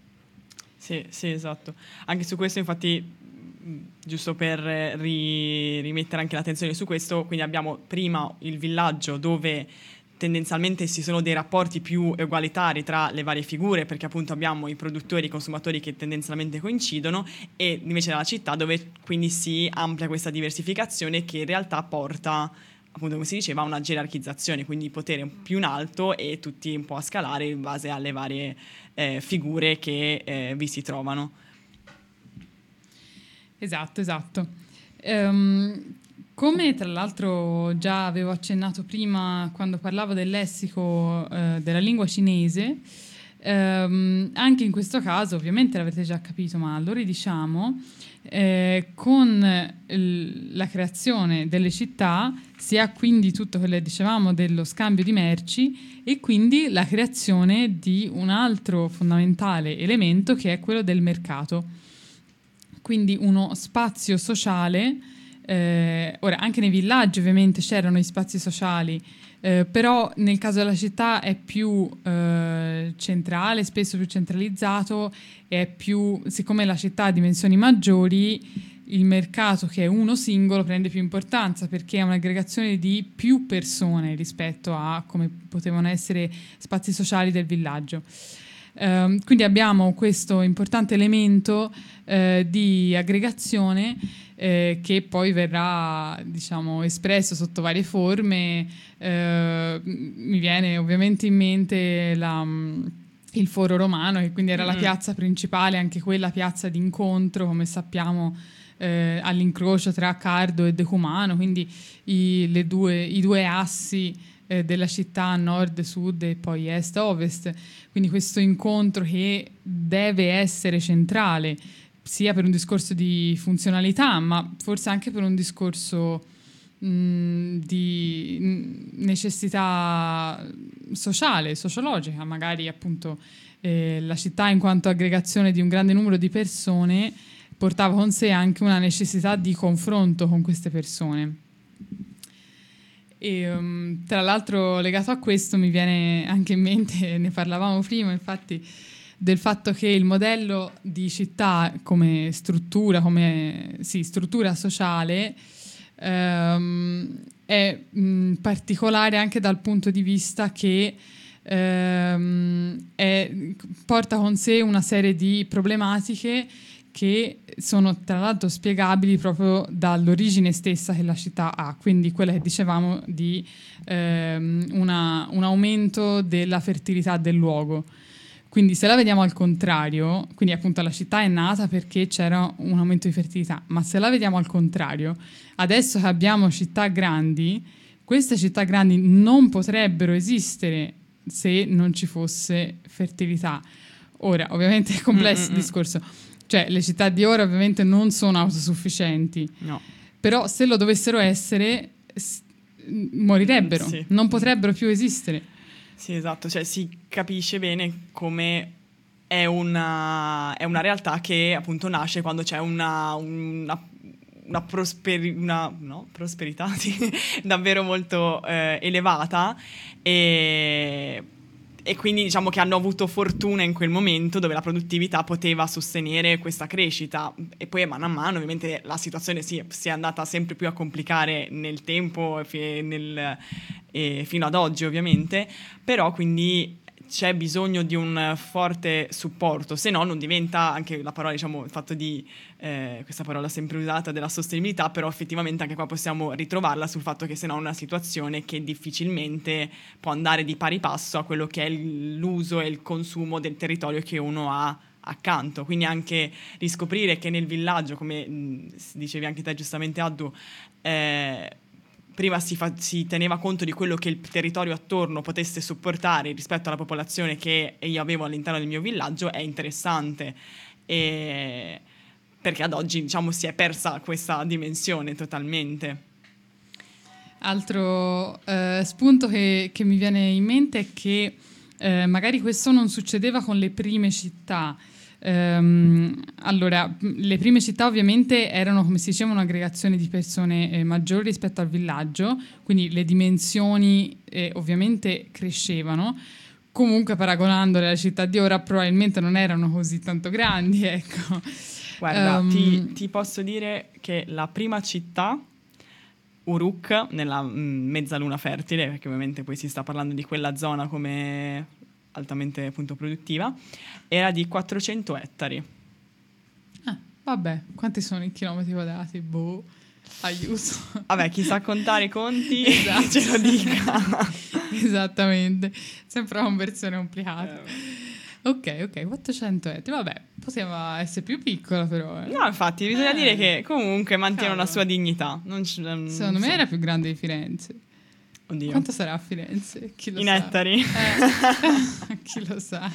Sì, sì, esatto. Anche su questo infatti, giusto per ri- rimettere anche l'attenzione su questo, quindi abbiamo prima il villaggio dove tendenzialmente ci sono dei rapporti più egualitari tra le varie figure, perché appunto abbiamo i produttori e i consumatori che tendenzialmente coincidono, e invece nella città dove quindi si amplia questa diversificazione che in realtà porta, appunto come si diceva, a una gerarchizzazione, quindi potere più in alto e tutti un po' a scalare in base alle varie eh, figure che eh, vi si trovano. Esatto, esatto. Um, come tra l'altro già avevo accennato prima quando parlavo del lessico uh, della lingua cinese, um, anche in questo caso, ovviamente l'avete già capito, ma lo ridiciamo, eh, con il, la creazione delle città si ha quindi tutto quello che dicevamo dello scambio di merci, e quindi la creazione di un altro fondamentale elemento, che è quello del mercato. Quindi uno spazio sociale, eh, ora anche nei villaggi ovviamente c'erano gli spazi sociali, eh, però nel caso della città è più eh, centrale, spesso più centralizzato, è più, siccome la città ha dimensioni maggiori, il mercato, che è uno singolo, prende più importanza, perché è un'aggregazione di più persone rispetto a come potevano essere spazi sociali del villaggio. Uh, quindi abbiamo questo importante elemento uh, di aggregazione uh, che poi verrà, diciamo, espresso sotto varie forme. Uh, mi viene ovviamente in mente la, um, il Foro Romano, che quindi era mm-hmm. la piazza principale, anche quella piazza d'incontro, come sappiamo, uh, all'incrocio tra Cardo e Decumano, quindi i, le due, i due assi della città, nord, sud e poi est, ovest. Quindi questo incontro che deve essere centrale, sia per un discorso di funzionalità, ma forse anche per un discorso mh, di necessità sociale, sociologica. Magari appunto eh, la città, in quanto aggregazione di un grande numero di persone, portava con sé anche una necessità di confronto con queste persone. E, um, tra l'altro, legato a questo mi viene anche in mente, ne parlavamo prima infatti, del fatto che il modello di città come struttura, come sì, struttura sociale um, è mh, particolare anche dal punto di vista che um, è, porta con sé una serie di problematiche che sono tra l'altro spiegabili proprio dall'origine stessa che la città ha, quindi quella che dicevamo di ehm, una, un aumento della fertilità del luogo. Quindi se la vediamo al contrario, quindi appunto la città è nata perché c'era un aumento di fertilità, ma se la vediamo al contrario, adesso che abbiamo città grandi, queste città grandi non potrebbero esistere se non ci fosse fertilità. Ora, ovviamente è complesso il discorso, cioè le città di ora ovviamente non sono autosufficienti, No. però se lo dovessero essere s- morirebbero, Sì. non potrebbero più esistere. Sì, esatto, cioè si capisce bene come è una, è una realtà che appunto nasce quando c'è una, una, una, prosperi- una no, prosperità sì, davvero molto eh, elevata e, e quindi diciamo che hanno avuto fortuna in quel momento dove la produttività poteva sostenere questa crescita e poi mano a mano ovviamente la situazione si, si è andata sempre più a complicare nel tempo e fi- nel... E fino ad oggi ovviamente, però quindi c'è bisogno di un forte supporto, se no non diventa anche la parola, diciamo, il fatto di eh, questa parola sempre usata della sostenibilità, però effettivamente anche qua possiamo ritrovarla sul fatto che se no è una situazione che difficilmente può andare di pari passo a quello che è l'uso e il consumo del territorio che uno ha accanto, quindi anche riscoprire che nel villaggio, come mh, dicevi anche te giustamente Addu, eh, prima si, fa, si teneva conto di quello che il territorio attorno potesse sopportare rispetto alla popolazione che io avevo all'interno del mio villaggio, è interessante. E perché ad oggi, diciamo, si è persa questa dimensione totalmente. Altro eh, spunto che, che mi viene in mente è che eh, magari questo non succedeva con le prime città. Um, allora, le prime città ovviamente erano, come si diceva, un'aggregazione di persone eh, maggiori rispetto al villaggio, quindi le dimensioni eh, ovviamente crescevano. Comunque, paragonandole alle città di ora, probabilmente non erano così tanto grandi, ecco. Guarda, Um, ti, ti posso dire che la prima città, Uruk, nella mh, mezzaluna fertile, perché ovviamente poi si sta parlando di quella zona come altamente appunto produttiva, era di quattrocento ettari. ah, vabbè, quanti sono i chilometri quadrati? Boh, aiuto. Vabbè, chi sa contare i conti Esatto. ce lo dica. Esattamente, sempre una conversione complicata. Ok, ok, quattrocento ettari, vabbè, poteva essere più piccola però. Eh. No, infatti, bisogna Eh. dire che comunque mantiene Cavolo. una sua dignità. Non c- non Secondo so. me era più grande di Firenze. Oddio. Quanto sarà a Firenze? Chi lo In sa? ettari? Eh, chi lo sa?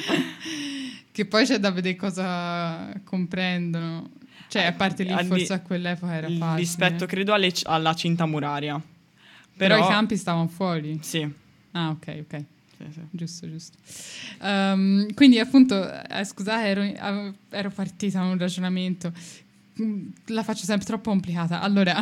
Che poi c'è da vedere cosa comprendono. Cioè, a parte lì, Al di- forse a quell'epoca era Il facile. rispetto, credo, alle c- alla cinta muraria. Però, Però, i campi stavano fuori. Sì. Ah, ok, ok. Sì, sì. Giusto, giusto. Um, quindi appunto, eh, scusate, ero, avevo- ero partita da un ragionamento. Mm, La faccio sempre troppo complicata. Allora,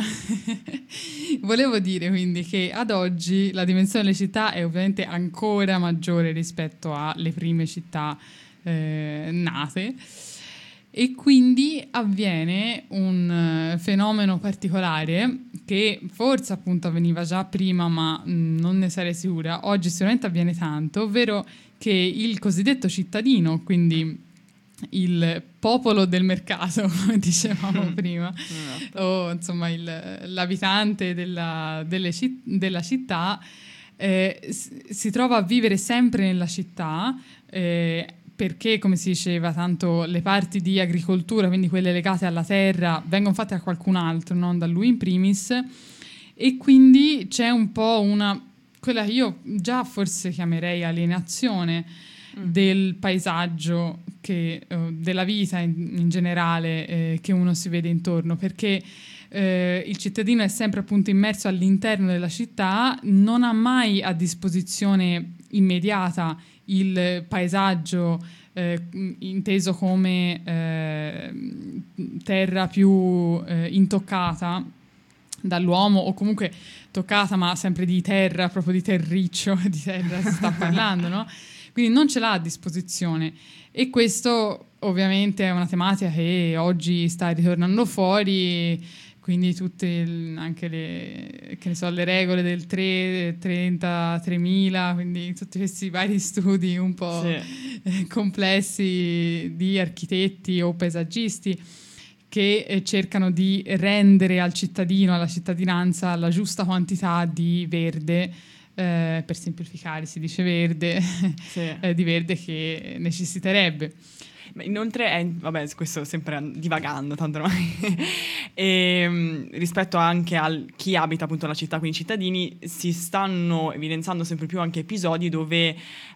volevo dire quindi che ad oggi la dimensione delle città è ovviamente ancora maggiore rispetto alle prime città eh, nate. E quindi avviene un eh, fenomeno particolare che forse appunto avveniva già prima, ma mh, non ne sarei sicura. Oggi sicuramente avviene tanto, ovvero che il cosiddetto cittadino, quindi il popolo del mercato, come dicevamo prima, o insomma il- l'abitante della, delle citt- della città, eh, s- si trova a vivere sempre nella città, eh, perché, come si diceva, tanto le parti di agricoltura, quindi quelle legate alla terra, vengono fatte da qualcun altro, non da lui in primis, e quindi c'è un po' una, quella che io già forse chiamerei alienazione del paesaggio, che, eh, della vita in, in generale eh, che uno si vede intorno, perché eh, il cittadino è sempre appunto immerso all'interno della città, non ha mai a disposizione immediata il paesaggio eh, inteso come eh, terra più eh, intoccata dall'uomo, o comunque toccata ma sempre di terra, proprio di terriccio, di terra si sta parlando, no? Quindi non ce l'ha a disposizione, e questo ovviamente è una tematica che oggi sta ritornando fuori, quindi tutte il- anche le, che ne so, le regole del tre, trenta, tremila, quindi tutti questi vari studi un po' Sì. eh, complessi di architetti o paesaggisti che eh, cercano di rendere al cittadino, alla cittadinanza, la giusta quantità di verde, eh, per semplificare si dice verde, Sì. eh, di verde che necessiterebbe. Ma inoltre, è, vabbè, questo sempre divagando, tanto ormai. E, rispetto anche a chi abita appunto la città, quindi i cittadini, si stanno evidenziando sempre più anche episodi dove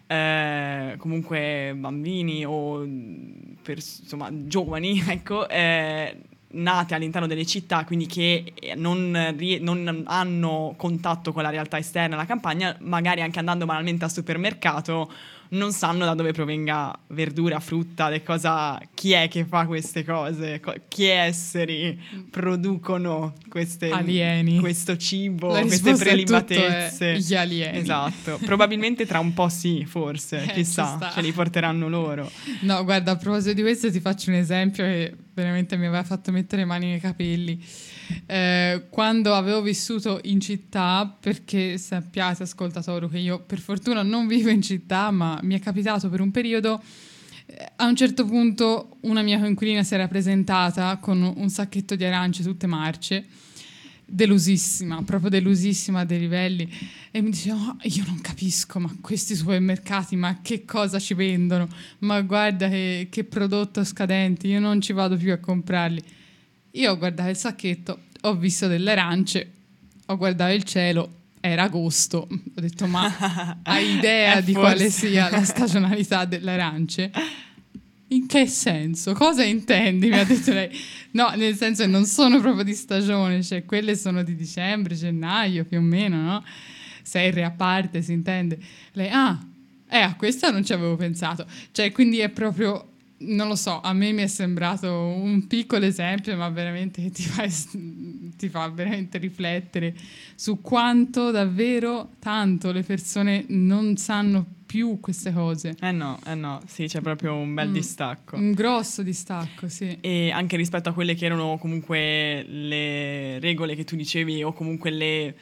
eh, comunque bambini o pers- insomma giovani, ecco, eh, nate all'interno delle città, quindi che non, rie- non hanno contatto con la realtà esterna, la campagna, magari anche andando banalmente al supermercato, non sanno da dove provenga verdura, frutta, le cosa, chi è che fa queste cose, co- che esseri producono queste, Alieni. questo cibo, La queste risposta è tutto, prelibatezze. è gli alieni. Esatto, probabilmente tra un po' sì, forse, Eh, ci chissà, sta. ce li porteranno loro. No, guarda, a proposito di questo ti faccio un esempio che veramente mi aveva fatto mettere le mani nei capelli. Eh, quando avevo vissuto in città, perché sappiate ascoltatori che io per fortuna non vivo in città, ma mi è capitato per un periodo, eh, a un certo punto una mia coinquilina si era presentata con un sacchetto di arance tutte marce, delusissima, proprio delusissima a dei livelli, e mi diceva: "Oh, io non capisco, ma questi supermercati, ma che cosa ci vendono? Ma guarda che, che prodotto scadente, io non ci vado più a comprarli." Io ho guardato il sacchetto, ho visto delle arance, ho guardato il cielo, era agosto, ho detto: "Ma hai idea Eh, di forse. quale sia la stagionalità delle arance?" "In che senso? Cosa intendi?" mi ha detto lei. "No, nel senso che non sono proprio di stagione, cioè quelle sono di dicembre, gennaio più o meno, no? Serre a parte, si intende." Lei: "Ah, eh, a questa non ci avevo pensato." Cioè, quindi è proprio, non lo so, a me mi è sembrato un piccolo esempio, ma veramente che ti fa, ti fa veramente riflettere su quanto davvero tanto le persone non sanno più queste cose. Eh no, eh no, sì, c'è proprio un bel Mm. distacco. Un grosso distacco, sì. E anche rispetto a quelle che erano comunque le regole che tu dicevi o comunque le,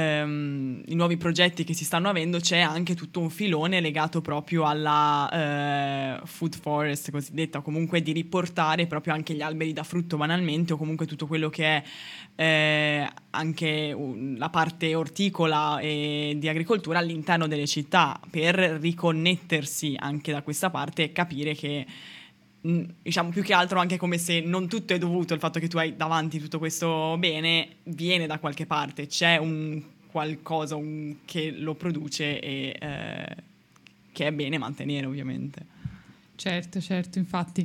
ehm, i nuovi progetti che si stanno avendo, c'è anche tutto un filone legato proprio alla eh, food forest cosiddetta, o comunque di riportare proprio anche gli alberi da frutto banalmente, o comunque tutto quello che è eh, anche un- la parte orticola e di agricoltura all'interno delle città, per riconnettersi anche da questa parte e capire che mh, diciamo più che altro anche come se non tutto è dovuto, il fatto che tu hai davanti tutto questo bene viene da qualche parte, c'è un qualcosa un- che lo produce e eh, che è bene mantenere ovviamente. Certo, certo, infatti.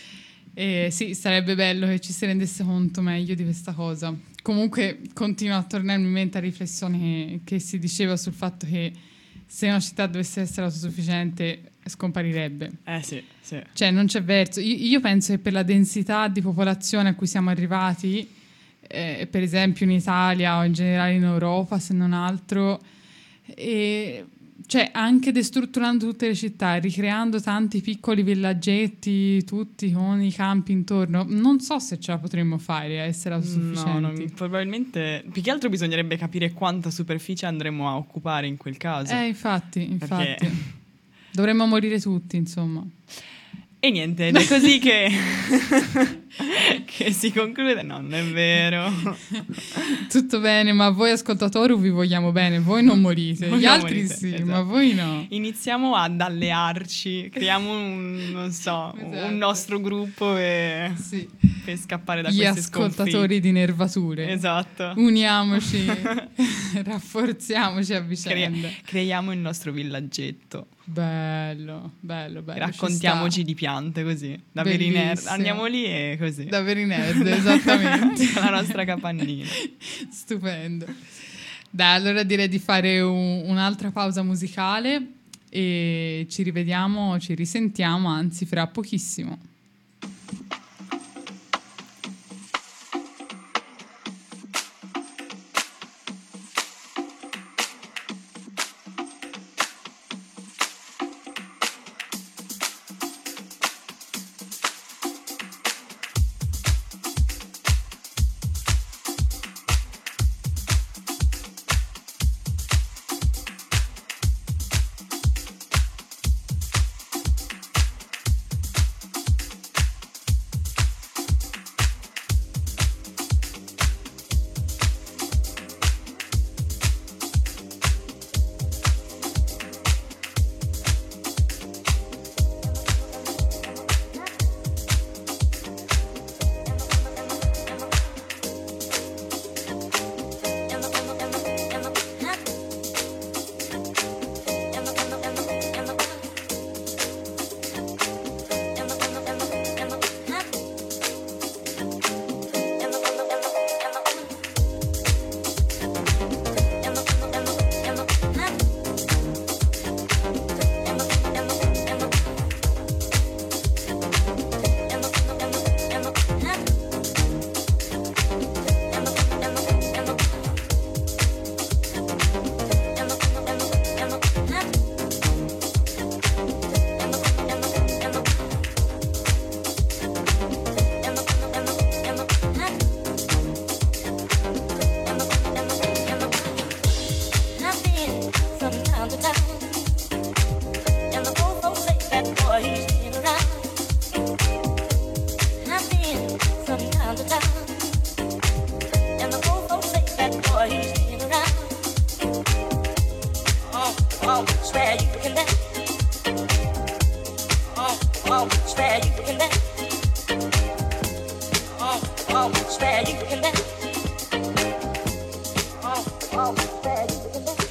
Eh, sì, sarebbe bello che ci si rendesse conto meglio di questa cosa. Comunque continua a tornarmi in mente la riflessione che, che si diceva sul fatto che se una città dovesse essere autosufficiente scomparirebbe. Eh sì, sì. Cioè non c'è verso. Io, io penso che per la densità di popolazione a cui siamo arrivati, eh, per esempio in Italia o in generale in Europa, se non altro, eh, cioè anche destrutturando tutte le città, ricreando tanti piccoli villaggetti, tutti con i campi intorno, non so se ce la potremmo fare a essere autosufficienti. No, non- probabilmente più che altro bisognerebbe capire quanta superficie andremo a occupare in quel caso. Eh, infatti, infatti. Perché- Dovremmo morire tutti, insomma. E niente, ed è così che, che si conclude. No, non è vero. Tutto bene, ma voi ascoltatori vi vogliamo bene, voi non morite. Voi Gli non altri morite, sì, esatto. ma voi no. Iniziamo ad allearci, creiamo un, non so, Esatto. un nostro gruppo e- Sì. per scappare da Gli queste ascoltatori sconfitte. di nervature. Esatto. Uniamoci, rafforziamoci a Crea- vicenda. creiamo il nostro villaggetto. Bello, bello, bello. ci Raccontiamoci sta. di piante così, da veri nerd. Bellissimo. Andiamo lì e così. Da veri nerd, esattamente. Con la nostra capannina. Stupendo. Dai, allora direi di fare un- un'altra pausa musicale e ci rivediamo, ci risentiamo, anzi fra pochissimo. to town, and the old folks say that boy he's been around. I've been from town to town, and the old folks say that boy he's been around. Oh, oh, swear you can dance. Oh, oh, swear you can dance. Oh, oh, swear you can dance. Oh, oh, swear you can dance.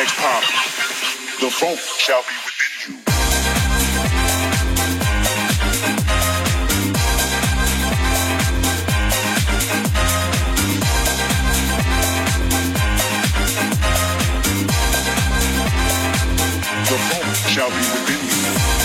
next pop. The funk shall be within you. The funk shall be within you.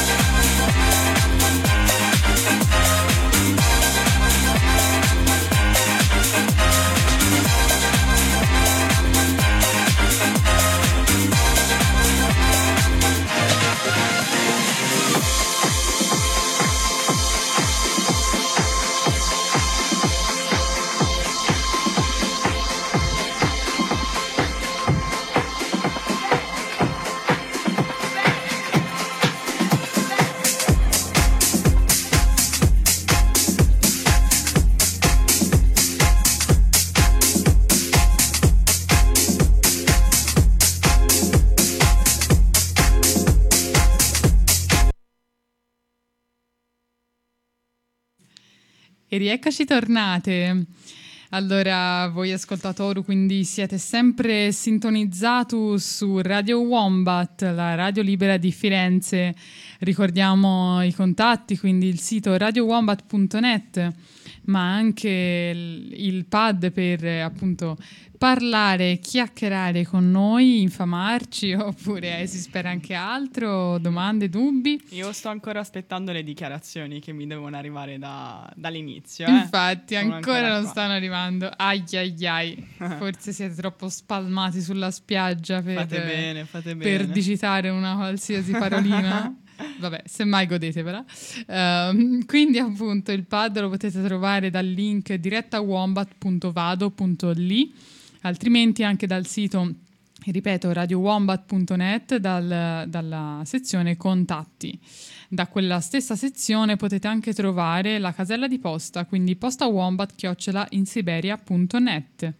E rieccoci tornate. Allora, voi ascoltatori, quindi siete sempre sintonizzati su Radio Wombat, la radio libera di Firenze. Ricordiamo i contatti, quindi il sito radio wombat punto net, ma anche il, il pad per appunto parlare, chiacchierare con noi, infamarci, oppure si spera anche altro, domande, dubbi. Io sto ancora aspettando le dichiarazioni che mi devono arrivare da, dall'inizio. Eh? Infatti, Sono ancora, ancora non qua. stanno arrivando. Ai ai ai. Forse siete troppo spalmati sulla spiaggia per, Fate bene, fate per bene. digitare una qualsiasi parolina. Vabbè, semmai godetevela. Ehm, quindi appunto il pad lo potete trovare dal link diretta wombat punto vado punto li, altrimenti anche dal sito, ripeto, radio wombat punto net, dal, dalla sezione contatti. Da quella stessa sezione potete anche trovare la casella di posta, quindi posta wombat chiocciola insiberia punto net.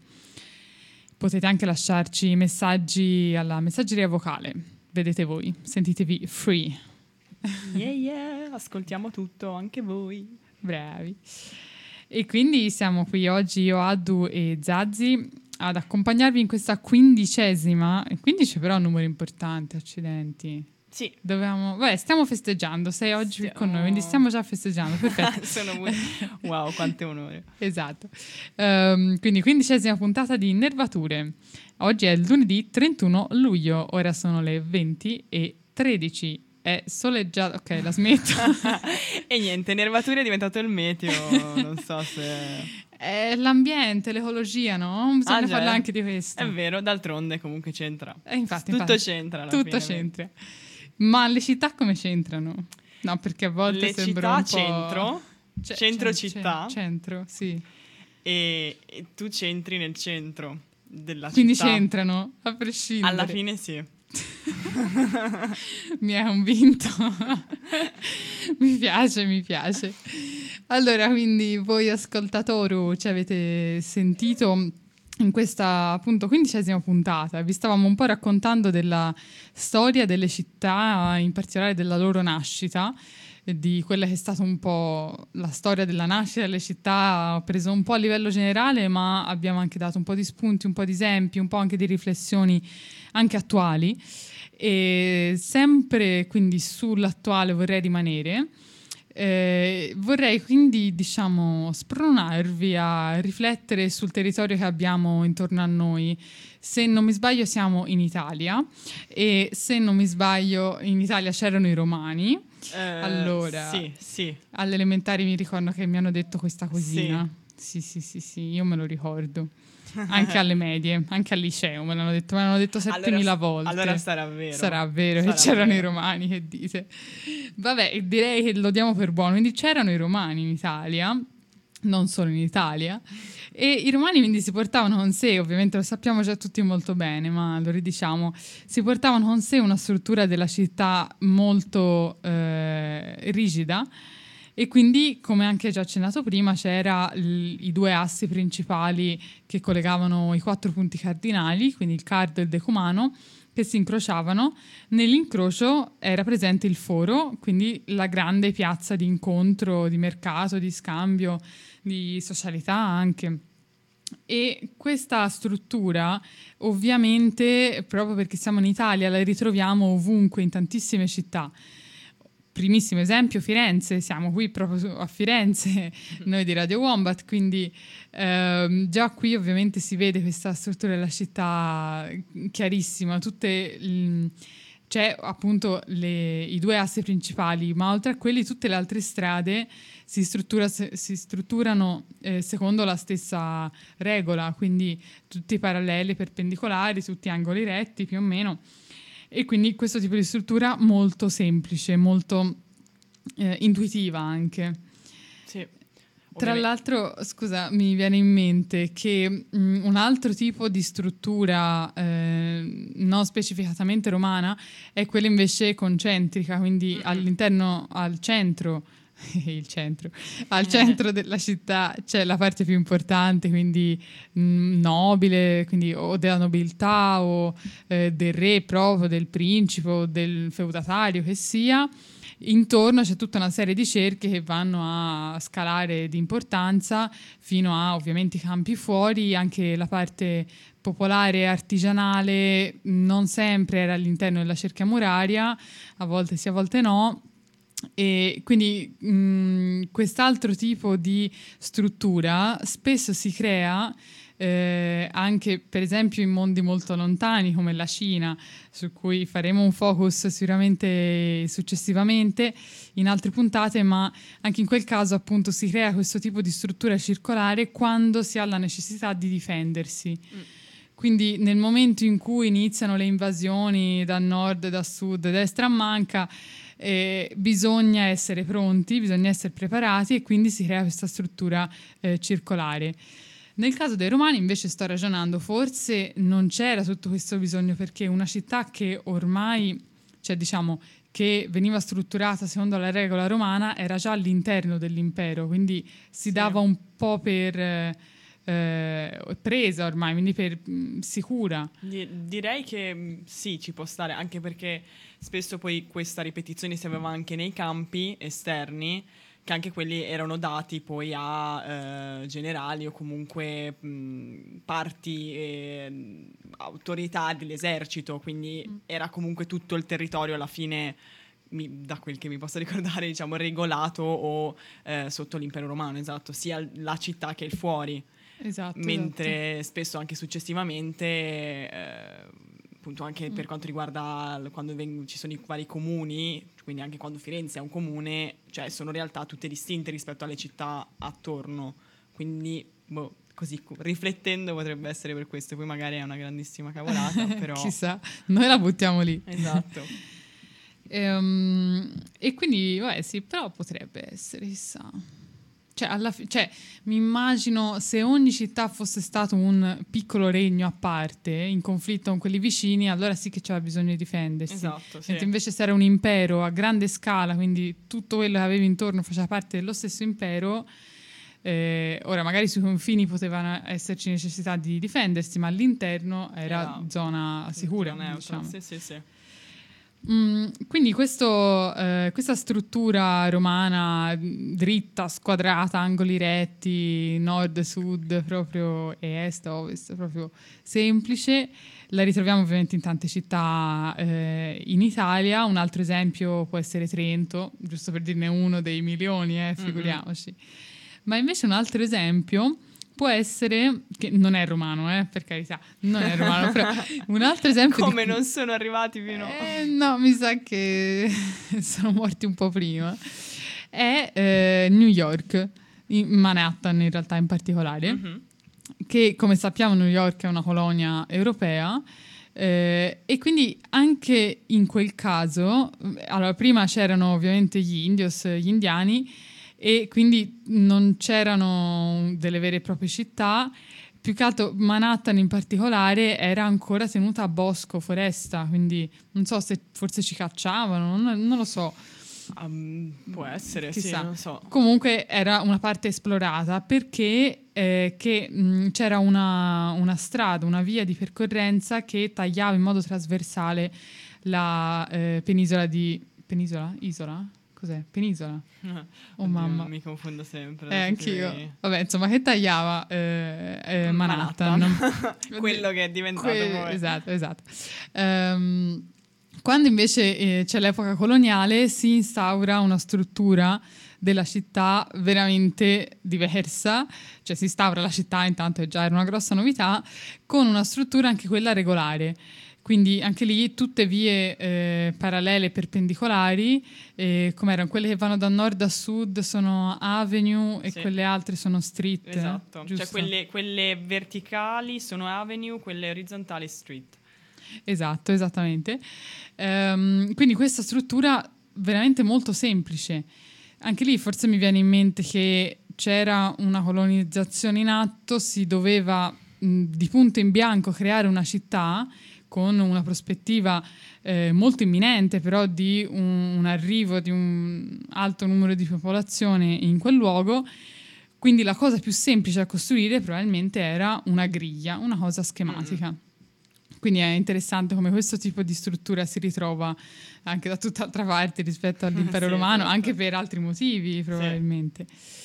Potete anche lasciarci messaggi alla messaggeria vocale. Vedete voi, sentitevi free. Yeah, yeah, ascoltiamo tutto, anche voi. Bravi. E quindi siamo qui oggi, io, Addu e Zazzi, ad accompagnarvi in questa quindicesima, quindici però è un numero importante, accidenti. Sì. Dovevamo, beh, stiamo festeggiando, sei oggi Stiamo- con noi, quindi stiamo già festeggiando, perfetto. Sono muy- Wow, quante onore. Esatto. Ehm, quindi quindicesima puntata di Nervature. Oggi è lunedì trentuno luglio, ora sono le venti e tredici. È soleggiato, ok, la smetto. E niente, nervature è diventato il meteo, non so se... È l'ambiente, l'ecologia, no? Bisogna Ah, già, parlare eh. anche di questo. È vero, d'altronde comunque c'entra. Eh, infatti, Tutto infatti. c'entra alla Tutto fine, c'entra. Ma le città come c'entrano? No, perché a volte Le sembra città un po'... centro, Ce- centro cen- città, cen- Centro, sì. e, e tu c'entri nel centro della Quindi città. c'entrano, a prescindere. Alla fine sì. Mi è un vinto. Mi piace, mi piace. Allora, quindi voi ascoltatori ci avete sentito in questa appunto quindicesima puntata. Vi stavamo un po' raccontando della storia delle città, in particolare della loro nascita, e di quella che è stata un po' la storia della nascita delle città, preso un po' a livello generale, ma abbiamo anche dato un po' di spunti, un po' di esempi, un po' anche di riflessioni anche attuali. E sempre quindi sull'attuale vorrei rimanere. Eh, vorrei quindi, diciamo, spronarvi a riflettere sul territorio che abbiamo intorno a noi. Se non mi sbaglio siamo in Italia, e se non mi sbaglio in Italia c'erano i Romani. Eh, Allora, Sì, sì. alle elementari mi ricordo che mi hanno detto questa cosina. Sì, sì, sì, sì, io me lo ricordo. Anche alle medie, anche al liceo me l'hanno detto, me l'hanno detto settemila Allora- volte. allora sarà vero. Sarà vero Sarà che c'erano vero. i romani, che dite. Vabbè, direi che lo diamo per buono. Quindi c'erano i romani in Italia, non solo in Italia, e i romani quindi si portavano con sé, ovviamente lo sappiamo già tutti molto bene, ma lo ridiciamo, si portavano con sé una struttura della città molto eh, rigida. E quindi, come anche già accennato prima, c'era l- i due assi principali che collegavano i quattro punti cardinali, quindi il cardo e il decumano, che si incrociavano. Nell'incrocio era presente il foro, quindi la grande piazza di incontro, di mercato, di scambio, di socialità anche. E questa struttura, ovviamente, proprio perché siamo in Italia, la ritroviamo ovunque, in tantissime città. Primissimo esempio, Firenze, siamo qui proprio a Firenze, noi di Radio Wombat, quindi ehm, già qui ovviamente si vede questa struttura della città chiarissima, tutte... L- c'è appunto le, i due assi principali, ma oltre a quelli tutte le altre strade si, struttura, si strutturano eh, secondo la stessa regola, quindi tutti paralleli, perpendicolari, tutti angoli retti più o meno, e quindi questo tipo di struttura molto semplice, molto eh, intuitiva anche. Sì. Tra Ovviamente- l'altro, scusa, mi viene in mente che mh, un altro tipo di struttura eh, non specificatamente romana è quella invece concentrica, quindi Mm-mm. all'interno, al centro, il centro, al centro della città c'è la parte più importante, quindi mh, nobile, quindi o della nobiltà o eh, del re proprio, del principe o del feudatario che sia. Intorno c'è tutta una serie di cerchi che vanno a scalare di importanza fino a ovviamente i campi fuori, anche la parte popolare e artigianale non sempre era all'interno della cerchia muraria, a volte sì, a volte no. E quindi mh, quest'altro tipo di struttura spesso si crea eh, anche per esempio in mondi molto lontani come la Cina, su cui faremo un focus sicuramente successivamente in altre puntate, ma anche in quel caso appunto si crea questo tipo di struttura circolare quando si ha la necessità di difendersi. Mm. Quindi nel momento in cui iniziano le invasioni da nord, da sud, destra a manca, eh, bisogna essere pronti, bisogna essere preparati e quindi si crea questa struttura eh, circolare. Nel caso dei Romani invece sto ragionando, forse non c'era tutto questo bisogno perché una città che ormai, cioè diciamo, che veniva strutturata secondo la regola romana era già all'interno dell'impero, quindi si Sì. dava un po' per eh, eh, presa ormai, quindi per mh, sicura. Di- direi che mh, sì, ci può stare, anche perché spesso poi questa ripetizione si aveva anche nei campi esterni, che anche quelli erano dati poi a eh, generali o comunque mh, parti e autorità dell'esercito, quindi mm. era comunque tutto il territorio alla fine, mi, da quel che mi posso ricordare, diciamo, regolato o eh, sotto l'impero romano, esatto, sia la città che il fuori. Esatto, Mentre esatto. spesso anche successivamente, eh, appunto anche mm. per quanto riguarda quando veng- ci sono i vari comuni, quindi anche quando Firenze è un comune, cioè sono realtà tutte distinte rispetto alle città attorno, quindi boh, così riflettendo potrebbe essere per questo, poi magari è una grandissima cavolata, però chissà, noi la buttiamo lì. Esatto. e, um, e quindi vabbè, sì, però potrebbe essere, chissà. Cioè, alla fi- cioè, mi immagino se ogni città fosse stato un piccolo regno a parte, in conflitto con quelli vicini, allora sì che c'era bisogno di difendersi. Esatto, sì. Mentre invece se era un impero a grande scala, quindi tutto quello che avevi intorno faceva parte dello stesso impero, eh, ora magari sui confini potevano esserci necessità di difendersi, ma all'interno era, era zona sicura, zona diciamo. Sì, sì, sì. Mm, quindi questo, eh, questa struttura romana dritta, squadrata, angoli retti, nord-sud proprio e est-ovest, proprio semplice, la ritroviamo ovviamente in tante città eh, in Italia. Un altro esempio può essere Trento, giusto per dirne uno dei milioni, eh, figuriamoci. Mm-hmm. Ma invece un altro esempio può essere, che non è romano, eh, per carità, non è romano, però un altro esempio... Come di... non sono arrivati fino... Eh, no, mi sa che sono morti un po' prima. È eh, New York, in Manhattan in realtà in particolare, mm-hmm. che come sappiamo New York è una colonia europea, eh, e quindi anche in quel caso, allora prima c'erano ovviamente gli indios, gli indiani, e quindi non c'erano delle vere e proprie città, più che altro Manhattan in particolare era ancora tenuta a bosco, foresta, quindi non so se forse ci cacciavano, non, non lo so. Um, può essere, chissà. Sì, non so. Comunque era una parte esplorata perché eh, che, mh, c'era una, una strada, una via di percorrenza che tagliava in modo trasversale la eh, penisola di... penisola? Isola? cos'è? Penisola? Oh Oddio, mamma. Mi confondo sempre. Eh, adesso anch'io. ti- Vabbè, insomma, che tagliava eh, eh, Manhattan. Quello che è diventato Que- poi. Esatto, esatto. Ehm, quando invece eh, c'è l'epoca coloniale si instaura una struttura della città veramente diversa, cioè si instaura la città, intanto è già era una grossa novità, con una struttura anche quella regolare. Quindi anche lì tutte vie eh, parallele e perpendicolari, eh, come erano quelle che vanno da nord a sud sono avenue e Sì. quelle altre sono street. Esatto, giusto? cioè quelle, quelle verticali sono avenue, quelle orizzontali street. Esatto, esattamente. Ehm, quindi questa struttura veramente molto semplice. Anche lì forse mi viene in mente che c'era una colonizzazione in atto, si doveva mh, di punto in bianco creare una città con una prospettiva eh, molto imminente però di un, un arrivo di un alto numero di popolazione in quel luogo. Quindi la cosa più semplice da costruire probabilmente era una griglia, una cosa schematica. Quindi è interessante come questo tipo di struttura si ritrova anche da tutt'altra parte rispetto all'impero Sì, romano, esatto. anche per altri motivi probabilmente.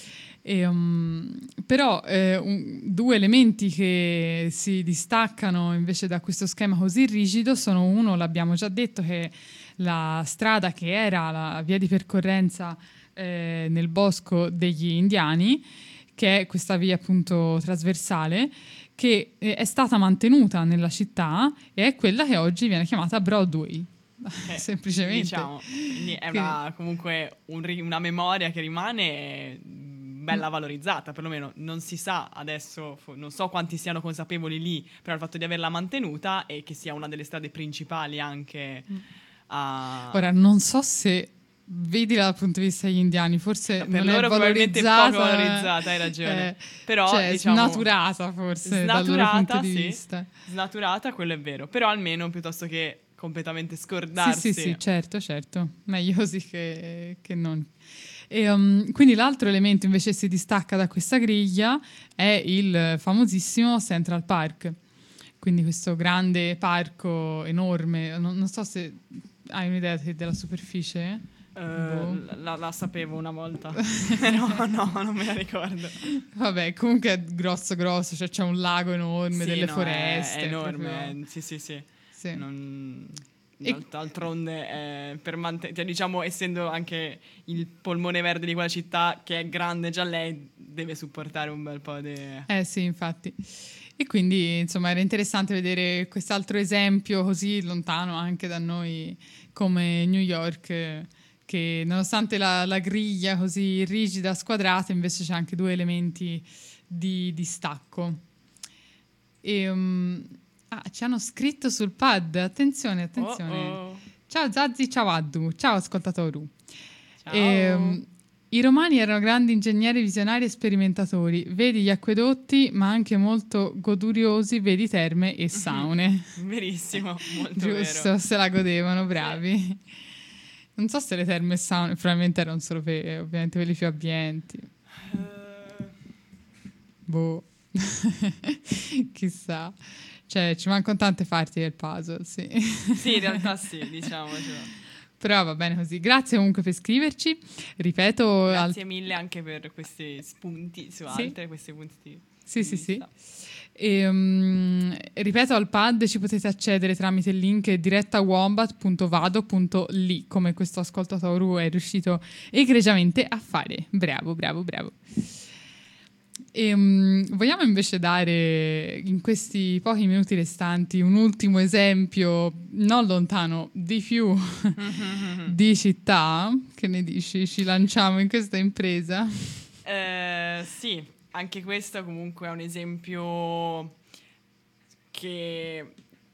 E, um, però eh, un- due elementi che si distaccano invece da questo schema così rigido sono uno, l'abbiamo già detto, che la strada che era la via di percorrenza eh, nel bosco degli indiani, che è questa via appunto trasversale, che eh, è stata mantenuta nella città e è quella che oggi viene chiamata Broadway. Eh, Semplicemente. Diciamo, quindi è Che- una, comunque un ri- una memoria che rimane bella valorizzata, perlomeno non si sa adesso, fo- non so quanti siano consapevoli lì, però il fatto di averla mantenuta e che sia una delle strade principali anche a... Ora, non so se vedi dal punto di vista degli indiani, forse Per non loro è probabilmente valorizzata, poco valorizzata, hai ragione. eh, Però, cioè, diciamo, snaturata forse dal loro snaturata, punto di sì. vista. Snaturata, quello è vero, però almeno piuttosto che completamente scordarsi. Sì, sì, sì, certo, certo. Meglio così che, che non. E, um, quindi l'altro elemento invece che si distacca da questa griglia è il famosissimo Central Park. Quindi questo grande parco enorme, non, non so se hai un'idea te della superficie? Eh, Boh. la, la sapevo una volta, però no, non me la ricordo. Vabbè, comunque è grosso grosso, cioè c'è un lago enorme, Sì, delle no, foreste. è, è enorme, proprio- eh, sì, sì, sì. Sì. Non- E- d'alt- D'altronde, eh, per mante- cioè, diciamo, essendo anche il polmone verde di quella città, che è grande già lei, deve supportare un bel po' di... Eh sì, infatti. E quindi, insomma, era interessante vedere quest'altro esempio così lontano anche da noi come New York, eh, che nonostante la, la griglia così rigida, squadrata, invece c'è anche due elementi di distacco. E, um, ah, ci hanno scritto sul pad, attenzione, attenzione. Oh, oh. Ciao Zazzi, ciao Addu, ciao ascoltatori. Ciao. Ehm, I romani erano grandi ingegneri, visionari e sperimentatori. Vedi gli acquedotti, ma anche molto goduriosi, vedi terme e saune. Verissimo, molto Giusto, vero. se la godevano, bravi. Non so se le terme e saune, probabilmente erano solo per, ovviamente quelli più abbienti. Eh, Boh. Chissà. Cioè, ci mancano tante parti del puzzle, sì. sì, in realtà sì, diciamocelo. Però va bene così. Grazie comunque per scriverci. Ripeto, al- Grazie mille anche per questi spunti su Sì. altre, questi punti di Sì, di sì, sì. vista. E, um, ripeto, al pad ci potete accedere tramite il link diretta wombat punto vado punto li, come questo ascoltatore è riuscito egregiamente a fare. Bravo, bravo, bravo. E, um, vogliamo invece dare in questi pochi minuti restanti un ultimo esempio, non lontano di più, di città. Che ne dici? Ci lanciamo in questa impresa? Eh, sì, anche questo comunque è un esempio che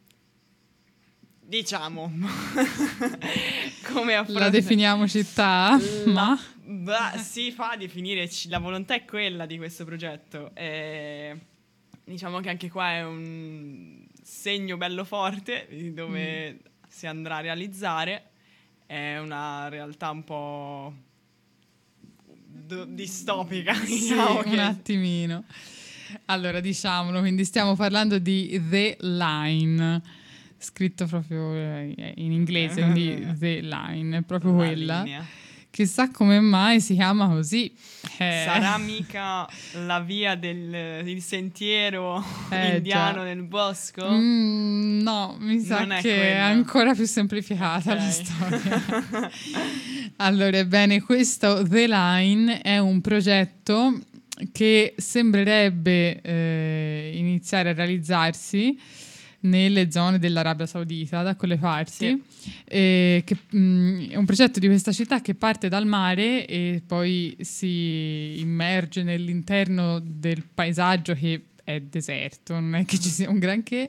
diciamo come La affrontare definiamo città? Ma? Beh, si fa definire ci- la volontà è quella di questo progetto. E diciamo che anche qua è un segno bello forte di dove si andrà a realizzare. È una realtà un po' d- distopica, diciamo, Sì, che- un attimino. Allora, diciamolo, quindi stiamo parlando di The Line, scritto proprio eh, in inglese, quindi The Line, è proprio la quella, linea. chissà come mai si chiama così. Eh. Sarà mica la via del il sentiero Eh, indiano già. nel bosco? Mm, no, mi sa Non è che è quella. ancora più semplificata la Ok. storia. Allora, ebbene, questo The Line è un progetto che sembrerebbe eh, iniziare a realizzarsi nelle zone dell'Arabia Saudita, da quelle parti. Eh, che, mh, è un progetto di questa città che parte dal mare e poi si immerge nell'interno del paesaggio che è deserto, non è che ci sia un granché.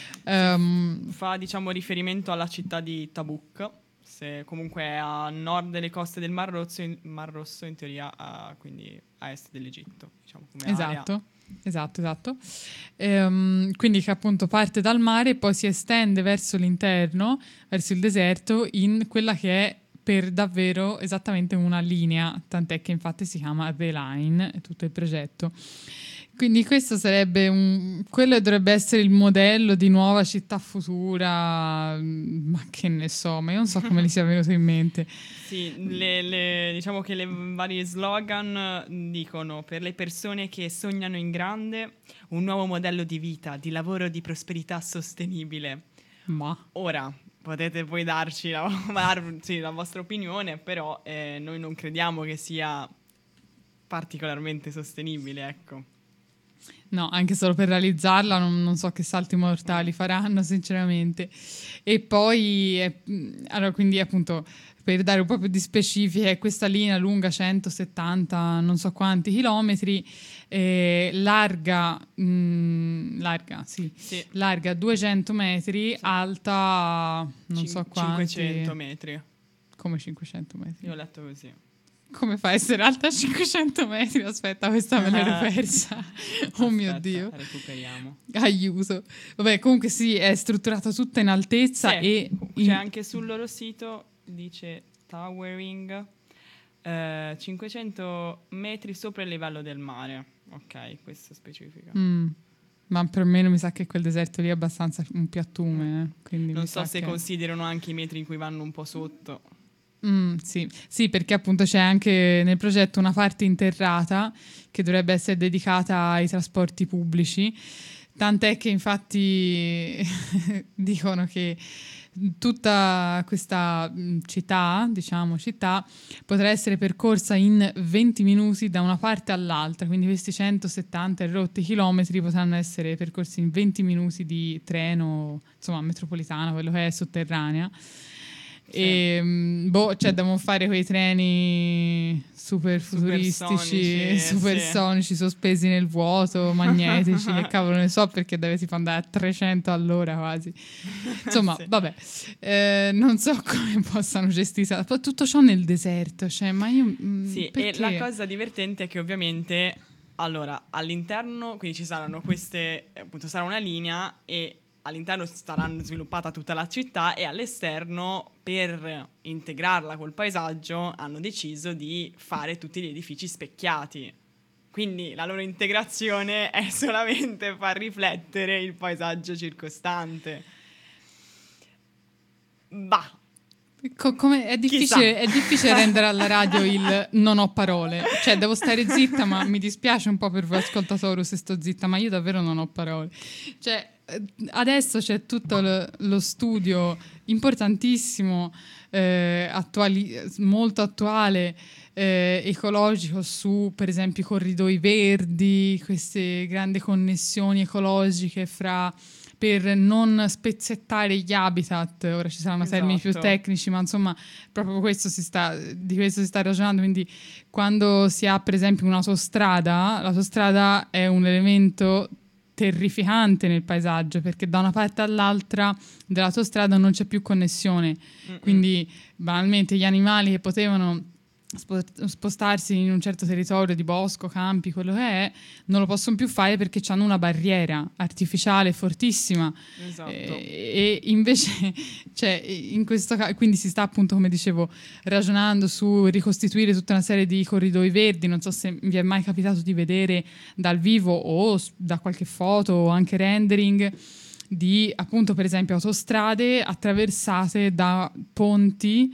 Ehm, Fa, diciamo, riferimento alla città di Tabuk, se comunque è a nord delle coste del Mar Rosso, in, Mar Rosso in teoria a, quindi a est dell'Egitto, diciamo, come area. Esatto, esatto, esatto. Ehm, quindi che appunto parte dal mare e poi si estende verso l'interno, verso il deserto, in quella che è per davvero esattamente una linea, tant'è che infatti si chiama The Line, tutto il progetto. Quindi questo sarebbe un, quello dovrebbe essere il modello di nuova città futura, ma che ne so, ma io non so come gli sia venuto in mente. Sì, le- le- diciamo che le varie slogan dicono: per le persone che sognano in grande, un nuovo modello di vita, di lavoro, di prosperità sostenibile. Ma Ora, potete poi darci la, dar- sì, la vostra opinione, però eh, noi non crediamo che sia particolarmente sostenibile, ecco. no, anche solo per realizzarla non, non so che salti mortali faranno, sinceramente. E poi, eh, mh, allora, quindi appunto, per dare un po' più di specifiche, questa linea lunga centosettanta, non so quanti chilometri, eh, larga, mh, larga, sì, Sì, larga duecento metri, alta non so cin- quanti. cinquecento metri. Come cinquecento metri? Io ho letto così. Come fa a essere alta cinquecento metri? Aspetta, questa me l'ero persa. Oh mio Aspetta, Dio. recuperiamo. Aiuto. Vabbè, comunque sì, è strutturata tutta in altezza Sì, e c'è in- anche sul loro sito, dice towering, eh, cinquecento metri sopra il livello del mare. Ok, questo specifica. Mm. Ma per me non mi sa che quel deserto lì è abbastanza un piattume, eh, quindi Non mi so sa se che- considerano anche i metri in cui vanno un po' sotto. Mm, sì. Sì, perché appunto c'è anche nel progetto una parte interrata che dovrebbe essere dedicata ai trasporti pubblici, tant'è che infatti dicono che tutta questa mm, città, diciamo città, potrà essere percorsa in venti minuti da una parte all'altra, quindi questi centosettanta e rotti chilometri potranno essere percorsi in venti minuti di treno, insomma metropolitana, quello che è sotterranea. Sì. E mm, boh, cioè devono fare quei treni super futuristici, Supersonici, supersonici, sospesi nel vuoto, magnetici, che cavolo ne so, perché deve tipo andare a trecento all'ora quasi. Insomma, Sì. vabbè, eh, non so come possano gestirsi poi tutto ciò nel deserto, cioè, ma io mm, Sì, perché? e la cosa divertente è che ovviamente, allora, all'interno, quindi ci saranno queste, appunto sarà una linea e all'interno saranno sviluppata tutta la città e all'esterno, per integrarla col paesaggio, hanno deciso di fare tutti gli edifici specchiati. Quindi la loro integrazione è solamente far riflettere il paesaggio circostante. Bah, Co- come- è, difficile, è difficile rendere alla radio il non ho parole, cioè devo stare zitta, ma mi dispiace un po' per voi ascoltatori se sto zitta, ma io davvero non ho parole. Cioè, eh, adesso c'è tutto lo, lo studio importantissimo, eh, attuali- molto attuale, eh, ecologico su per esempio i corridoi verdi, queste grandi connessioni ecologiche fra, per non spezzettare gli habitat. Ora ci saranno termini più Esatto. tecnici, ma insomma proprio questo si sta, di questo si sta ragionando. Quindi quando si ha per esempio un'autostrada, l'autostrada è un elemento terrificante nel paesaggio, perché da una parte all'altra dell'autostrada non c'è più connessione. mm-mm. Quindi banalmente gli animali che potevano spo- spostarsi in un certo territorio di bosco, campi, quello che è, non lo possono più fare perché hanno una barriera artificiale fortissima. Esatto. E, e invece, cioè, in questo caso, quindi si sta appunto, come dicevo, ragionando su ricostituire tutta una serie di corridoi verdi. Non so se vi è mai capitato di vedere dal vivo o s- da qualche foto o anche rendering di appunto per esempio autostrade attraversate da ponti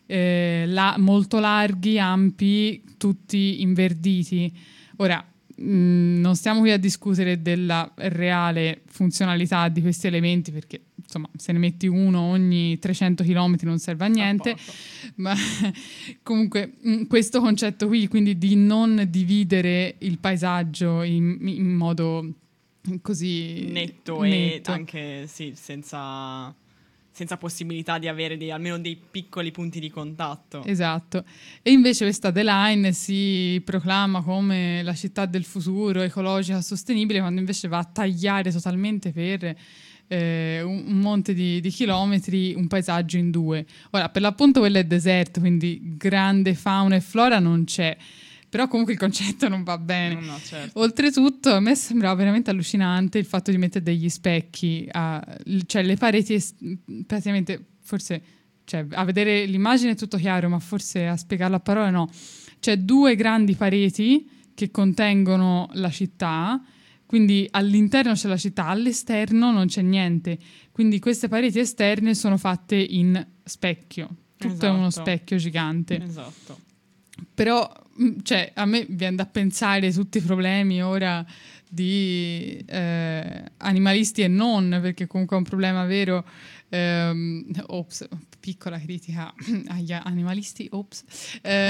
eh, la- molto larghi, ampi, tutti inverditi. Ora, mh, non stiamo qui a discutere della reale funzionalità di questi elementi, perché insomma se ne metti uno ogni trecento chilometri non serve a niente, poco. ma comunque mh, questo concetto qui, quindi di non dividere il paesaggio in, in modo così netto, netto. e anche sì, senza, senza possibilità di avere dei- almeno dei piccoli punti di contatto. Esatto. E invece questa The Line si proclama come la città del futuro, ecologica, sostenibile, quando invece va a tagliare totalmente per eh, un, un monte di, di chilometri un paesaggio in due. Ora, per l'appunto quello è deserto, quindi grande fauna e flora non c'è, però comunque il concetto non va bene. No, no, certo. Oltretutto a me sembrava veramente allucinante il fatto di mettere degli specchi, a- cioè le pareti es- praticamente, forse, cioè, a vedere l'immagine è tutto chiaro, ma forse a spiegarlo a parole no. C'è due grandi pareti che contengono la città, quindi all'interno c'è la città, all'esterno non c'è niente, quindi queste pareti esterne sono fatte in specchio, tutto è uno Esatto. specchio gigante. Esatto. Però, mh, cioè, a me viene da pensare tutti i problemi ora di eh, animalisti e non, perché comunque è un problema vero. ehm, ops, piccola critica agli animalisti, ops, eh,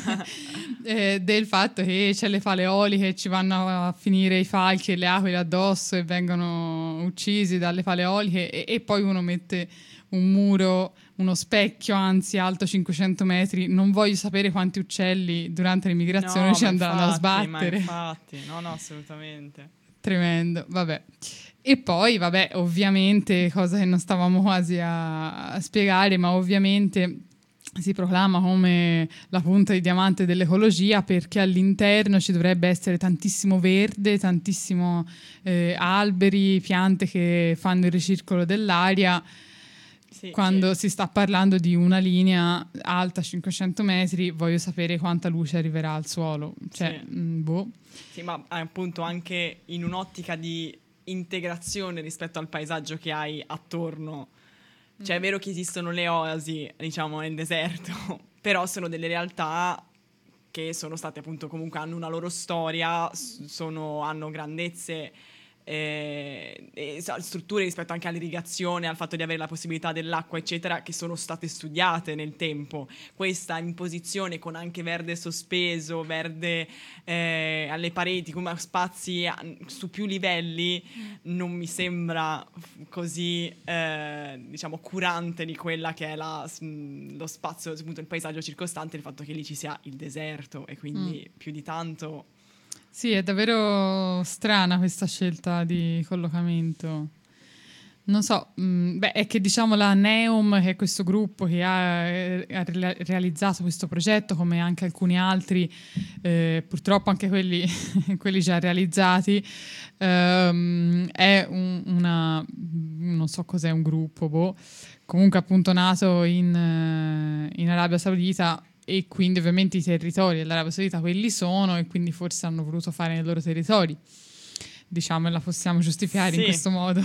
eh, del fatto che c'è le fale eoliche, ci vanno a finire i falchi e le aquile addosso e vengono uccisi dalle fale eoliche, e, e poi uno mette un muro, uno specchio anzi alto cinquecento metri. Non voglio sapere quanti uccelli durante le migrazioni No, ci ma andranno a infatti, ma sbattere. infatti, no, no, assolutamente. Tremendo, vabbè. E poi, vabbè, ovviamente, cosa che non stavamo quasi a, a spiegare, ma ovviamente si proclama come la punta di diamante dell'ecologia, perché all'interno ci dovrebbe essere tantissimo verde, tantissimo eh, alberi, piante che fanno il ricircolo dell'aria. Sì, Quando sì. si sta parlando di una linea alta cinquecento metri, voglio sapere quanta luce arriverà al suolo. Cioè, Sì. mh, boh. Sì, ma appunto anche in un'ottica di integrazione rispetto al paesaggio che hai attorno. Cioè è vero che esistono le oasi, diciamo, nel deserto, però sono delle realtà che sono state appunto comunque hanno una loro storia, s- sono, hanno grandezze eh, e sa- strutture rispetto anche all'irrigazione, al fatto di avere la possibilità dell'acqua, eccetera, che sono state studiate nel tempo. Questa imposizione con anche verde sospeso, verde eh, alle pareti, come spazi a- su più livelli, non mi sembra f- così eh, diciamo curante di quella che è la, s- mh, lo spazio, appunto il paesaggio circostante, il fatto che lì ci sia il deserto e quindi più di tanto. Sì, è davvero strana questa scelta di collocamento. Non so, mh, beh, è che diciamo la Neum, che è questo gruppo che ha, eh, ha re- realizzato questo progetto, come anche alcuni altri, eh, purtroppo anche quelli, quelli già realizzati, ehm, è un- una, non so cos'è, un gruppo, boh, comunque appunto nato in, eh, in Arabia Saudita, e quindi ovviamente i territori dell'Arabia Saudita quelli sono, e quindi forse hanno voluto fare nei loro territori. Diciamo, e la possiamo giustificare in Sì. questo modo.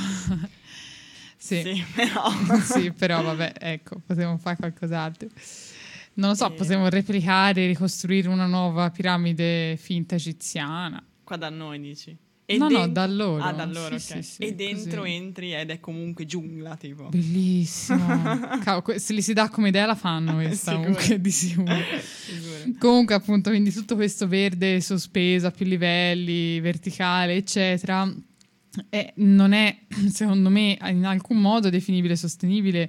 Sì. Sì, però. Sì, però vabbè, ecco, potremmo fare qualcos'altro. Non lo so, Eh. potremmo replicare, ricostruire una nuova piramide finta egiziana. Qua da noi dici? No, no, da loro. Ah, da loro, Sì, ok. sì, sì, e dentro così. entri ed è comunque giungla, tipo. Bellissimo. Cavolo, que- se li si dà come idea la fanno questa, Sicuro. comunque, di sicuro. Sicuro. Comunque appunto, quindi tutto questo verde sospeso a più livelli, verticale, eccetera, eh, non è, secondo me, in alcun modo definibile sostenibile,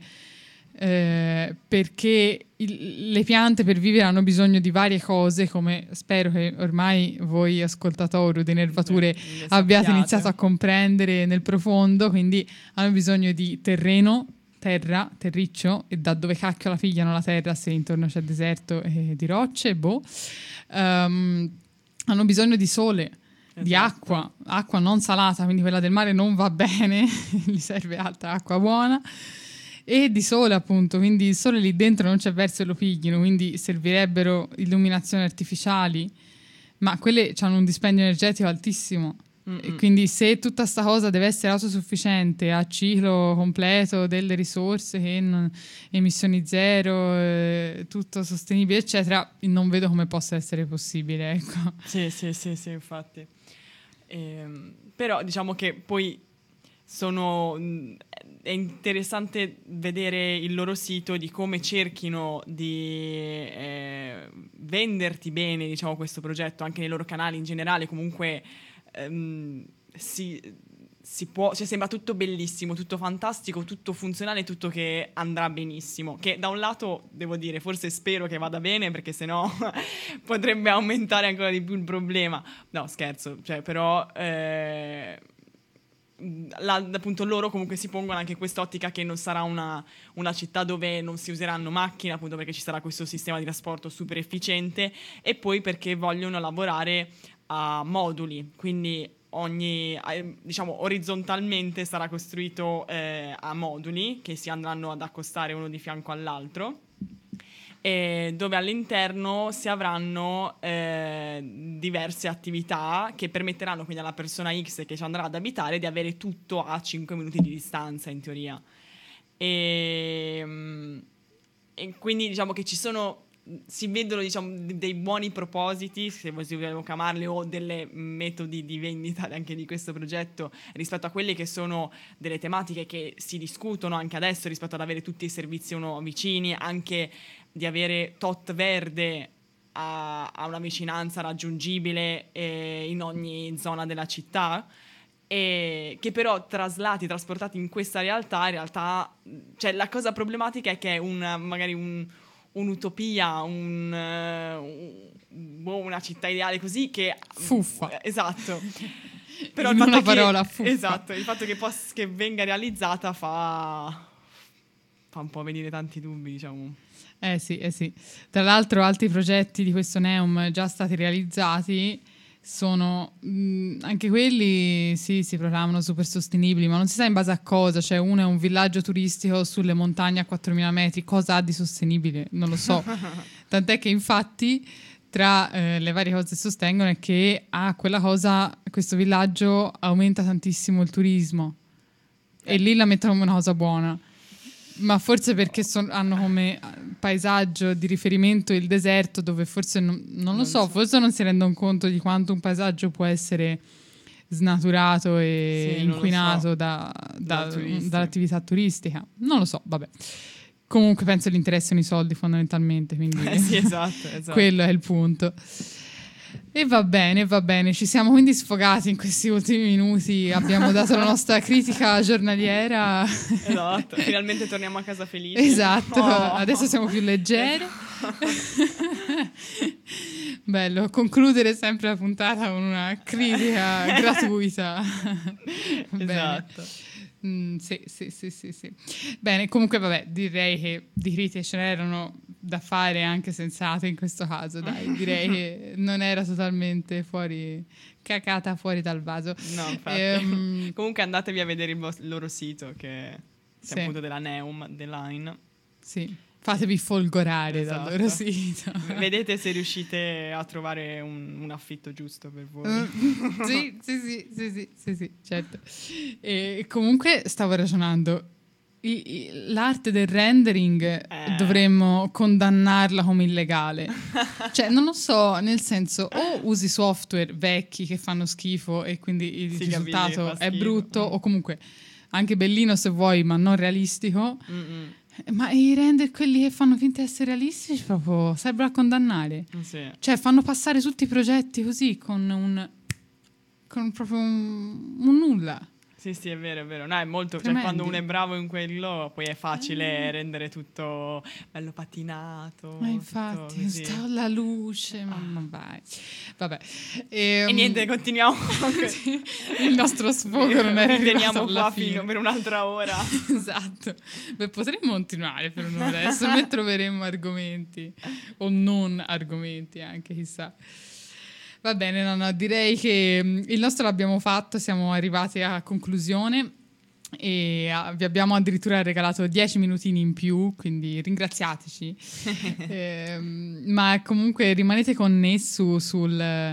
eh, perché il- le piante per vivere hanno bisogno di varie cose, come spero che ormai voi ascoltatori di Nervature Sì, le abbiate sappiate. iniziato a comprendere nel profondo. Quindi hanno bisogno di terreno, terra, terriccio, e da dove cacchio la pigliano la terra se intorno c'è deserto e di rocce, boh. Ehm, hanno bisogno di sole, di Esatto. acqua, acqua non salata, quindi quella del mare non va bene, gli serve altra acqua buona, e di sole appunto, quindi il sole lì dentro non c'è verso e lo piglino, quindi servirebbero illuminazioni artificiali, ma quelle hanno un dispendio energetico altissimo. E quindi se tutta sta cosa deve essere autosufficiente a ciclo completo delle risorse, che non, emissioni zero, eh, tutto sostenibile eccetera, non vedo come possa essere possibile, ecco. Sì, sì, sì, sì, infatti. Ehm, però diciamo che poi sono mh, è interessante vedere il loro sito, di come cerchino di eh, venderti bene, diciamo, questo progetto anche nei loro canali in generale. Comunque ehm, si, si può, cioè sembra tutto bellissimo, tutto fantastico, tutto funzionale, tutto che andrà benissimo, che da un lato devo dire forse spero che vada bene, perché sennò potrebbe aumentare ancora di più il problema. No, scherzo, cioè però eh, La, appunto loro comunque si pongono anche quest'ottica che non sarà una, una città dove non si useranno macchine, appunto perché ci sarà questo sistema di trasporto super efficiente, e poi perché vogliono lavorare a moduli, quindi ogni, eh, diciamo orizzontalmente sarà costruito eh, a moduli che si andranno ad accostare uno di fianco all'altro, e dove all'interno si avranno eh, diverse attività che permetteranno quindi alla persona X che ci andrà ad abitare di avere tutto a cinque minuti di distanza, in teoria. E, e quindi diciamo che ci sono, si vedono, diciamo, dei buoni propositi, se vogliamo chiamarli, o delle metodi di vendita anche di questo progetto rispetto a quelle che sono delle tematiche che si discutono anche adesso, rispetto ad avere tutti i servizi uno vicini, anche di avere tot verde a, a una vicinanza raggiungibile eh, in ogni zona della città, e che però traslati, trasportati in questa realtà, in realtà, cioè la cosa problematica è che è un, magari un, un'utopia, un, uh, una città ideale così che... Fuffa. Esatto. Però in il fatto una che, parola, fuffa. esatto, il fatto che, poss- che venga realizzata fa... fa un po' venire tanti dubbi, diciamo. Eh sì, eh sì. Tra l'altro altri progetti di questo Neum già stati realizzati sono mh, anche quelli, sì, si proclamano super sostenibili, ma non si sa in base a cosa. Cioè, uno è un villaggio turistico sulle montagne a quattromila metri, cosa ha di sostenibile? Non lo so. Tant'è che infatti tra eh, le varie cose che sostengono è che a ah, quella cosa, questo villaggio aumenta tantissimo il turismo, eh. E lì la mettono come una cosa buona. Ma forse perché son, hanno come paesaggio di riferimento il deserto, dove forse non, non lo non so, so, forse non si rendono conto di quanto un paesaggio può essere snaturato e sì, inquinato so. da, da, dall'attività turistica. Non lo so, vabbè. Comunque penso gli interessino i soldi fondamentalmente, quindi eh sì, esatto, esatto. Quello è il punto. E va bene, va bene, ci siamo quindi sfogati in questi ultimi minuti, abbiamo dato la nostra critica giornaliera. Esatto, finalmente torniamo a casa felici. Esatto, oh. Adesso siamo più leggere. Esatto. Bello, concludere sempre la puntata con una critica gratuita. Esatto. Mm, sì, sì, sì, sì, sì. Bene, comunque vabbè, direi che di critiche ce n'erano da fare anche sensate in questo caso, dai, direi che non era totalmente fuori, cacata fuori dal vaso. No, infatti. Ehm, comunque andatevi a vedere il, vos- il loro sito, che è sì. appunto della Neum, The Line. Sì. Fatevi folgorare esatto. dal loro sito. Vedete se riuscite a trovare un, un affitto giusto per voi. Uh, sì, sì, sì, sì, sì, sì, sì, certo. E comunque stavo ragionando, I, i, l'arte del rendering eh. dovremmo condannarla come illegale. Cioè, non lo so, nel senso, o usi software vecchi che fanno schifo e quindi il sì, risultato è schifo. brutto, mm. o comunque anche bellino se vuoi, ma non realistico. Mm-mm. Ma i render, quelli che fanno finta di essere realistici, proprio sarebbero a condannare. Sì. Cioè, fanno passare tutti i progetti così, con un con proprio un, un nulla. Sì, sì, è vero, è vero. No, è molto, cioè, Tremendi. quando uno è bravo in quello, poi è facile eh. rendere tutto bello patinato. Ma infatti, sta la luce, ma, ma vai. Vabbè. E, e niente, continuiamo. Il nostro sfogo non è arrivato teniamo alla qua fine. fino per un'altra ora. Esatto. Beh, potremmo continuare per un'ora adesso, noi troveremo argomenti o non argomenti anche, chissà. Va bene, no, no, direi che il nostro l'abbiamo fatto, siamo arrivati a conclusione e a, vi abbiamo addirittura regalato dieci minutini in più, quindi ringraziateci. eh, ma comunque rimanete connessi sul,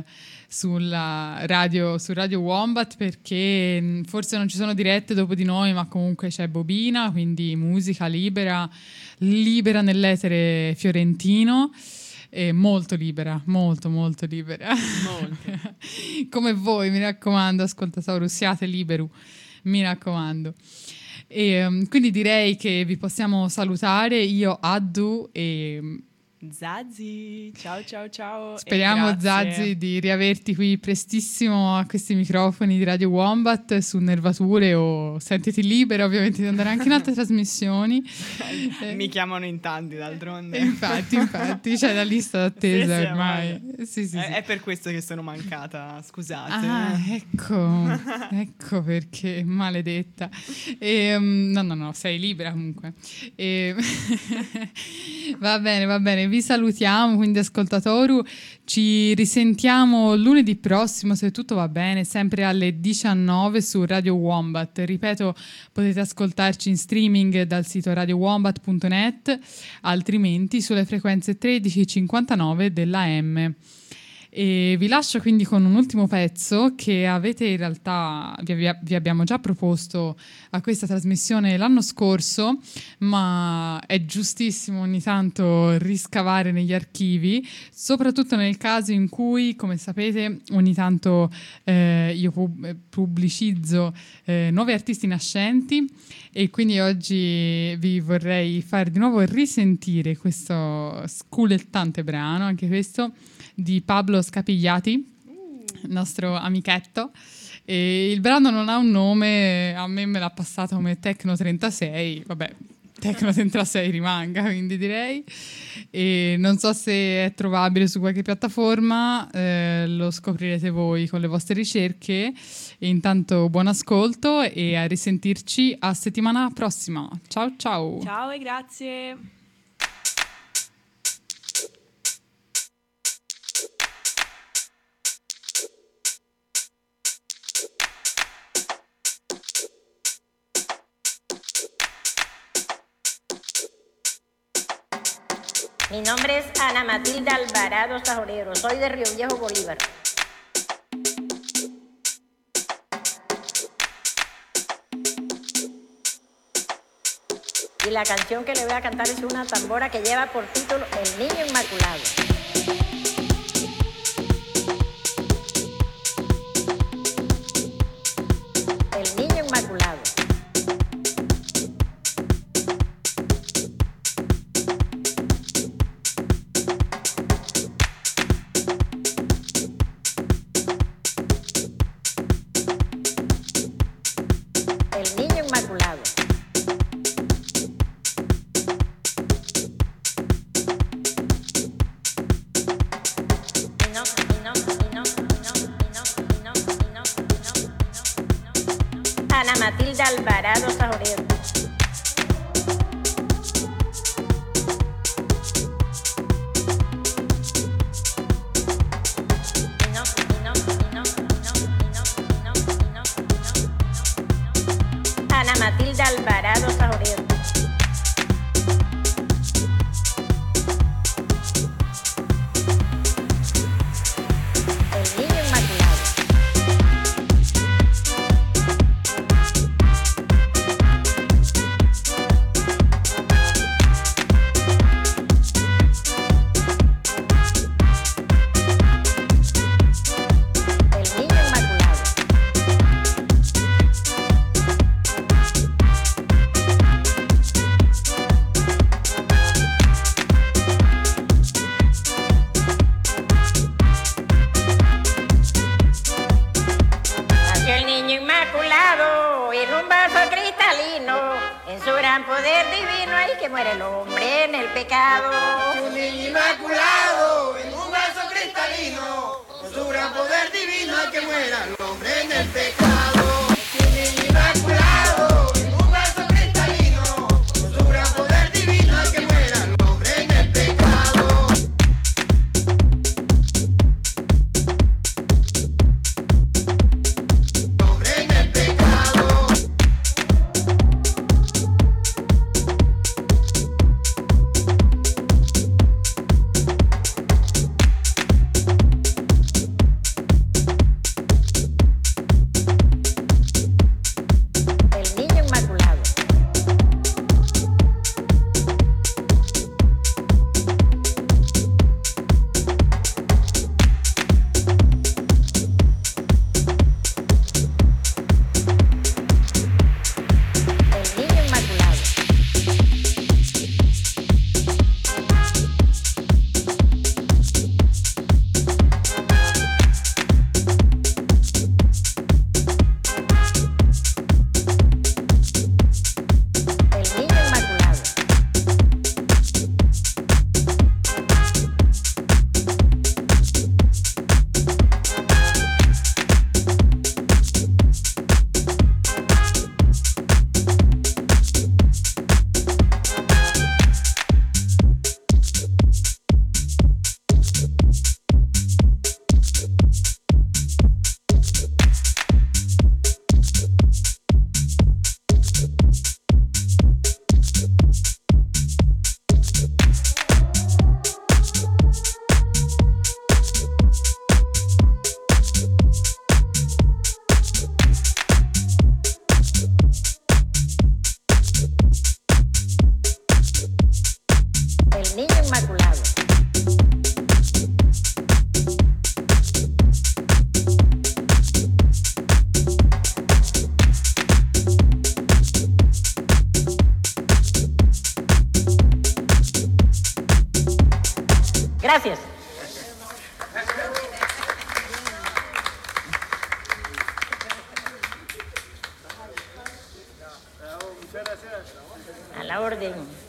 sulla radio, su Radio Wombat, perché mh, forse non ci sono dirette dopo di noi, ma comunque c'è Bobina, quindi musica libera, libera nell'etere fiorentino. E molto libera, molto molto libera. Molto. Come voi, mi raccomando, ascoltatori, siate liberi, mi raccomando. E, um, quindi direi che vi possiamo salutare, io, Addu e Zazi, ciao ciao ciao. e speriamo, grazie. Zazi, di riaverti qui prestissimo a questi microfoni di Radio Wombat su Nervature, o sentiti libera ovviamente di andare anche in altre trasmissioni. Eh, Mi chiamano in tanti d'altronde. e infatti, infatti, c'è la lista d'attesa Sì, sì, ormai. ormai. Sì, sì, È, sì. è per questo che sono mancata, scusate. Ah, ecco, ecco perché, maledetta. E, um, no, no, no, sei libera comunque. E, va bene, va bene, vi salutiamo, quindi ascoltatori, ci risentiamo lunedì prossimo, se tutto va bene, sempre alle diciannove su Radio Wombat. Ripeto, potete ascoltarci in streaming dal sito radio wombat punto net, altrimenti sulle frequenze tredici cinquantanove della M. E vi lascio quindi con un ultimo pezzo che avete in realtà vi, vi, vi abbiamo già proposto a questa trasmissione l'anno scorso, ma è giustissimo ogni tanto riscavare negli archivi, soprattutto nel caso in cui, come sapete, ogni tanto eh, io pub- pubblicizzo eh, nuovi artisti nascenti, e quindi oggi vi vorrei fare di nuovo risentire questo sculettante brano, anche questo di Pablo Scapigliati, il nostro amichetto. E il brano non ha un nome, a me me l'ha passato come Tecno trentasei, vabbè, Tecno trentasei rimanga, quindi direi. E non so se è trovabile su qualche piattaforma, eh, lo scoprirete voi con le vostre ricerche. E intanto buon ascolto e a risentirci a settimana prossima. Ciao ciao! Ciao e grazie. Mi nombre es Ana Matilda Alvarado Sajorero, soy de Río Viejo, Bolívar. Y la canción que le voy a cantar es una tambora que lleva por título El Niño Inmaculado. El Niño Inmaculado. El Niño Inmaculado. Y no, y no, y no, y no, y no, y no, y no, y no. Ana Matilda Alvarado Sajorero. Y no, y no, y no, y no, y no, y no, y no, y no. Ana Matilda Alvarado Sajorero. El Niño Inmaculado. El Niño Inmaculado. Nació el Niño Inmaculado en un vaso cristalino, en su gran poder divino hay que muere el hombre en el pecado. Un niño inmaculado en un vaso cristalino, con su gran poder divino hay que muera el hombre en el pecado. Un niño inmaculado en un vaso cristalino, con su gran poder divino hay que muera el hombre en el pecado. Hombre en el pecado. Gracias. A la orden.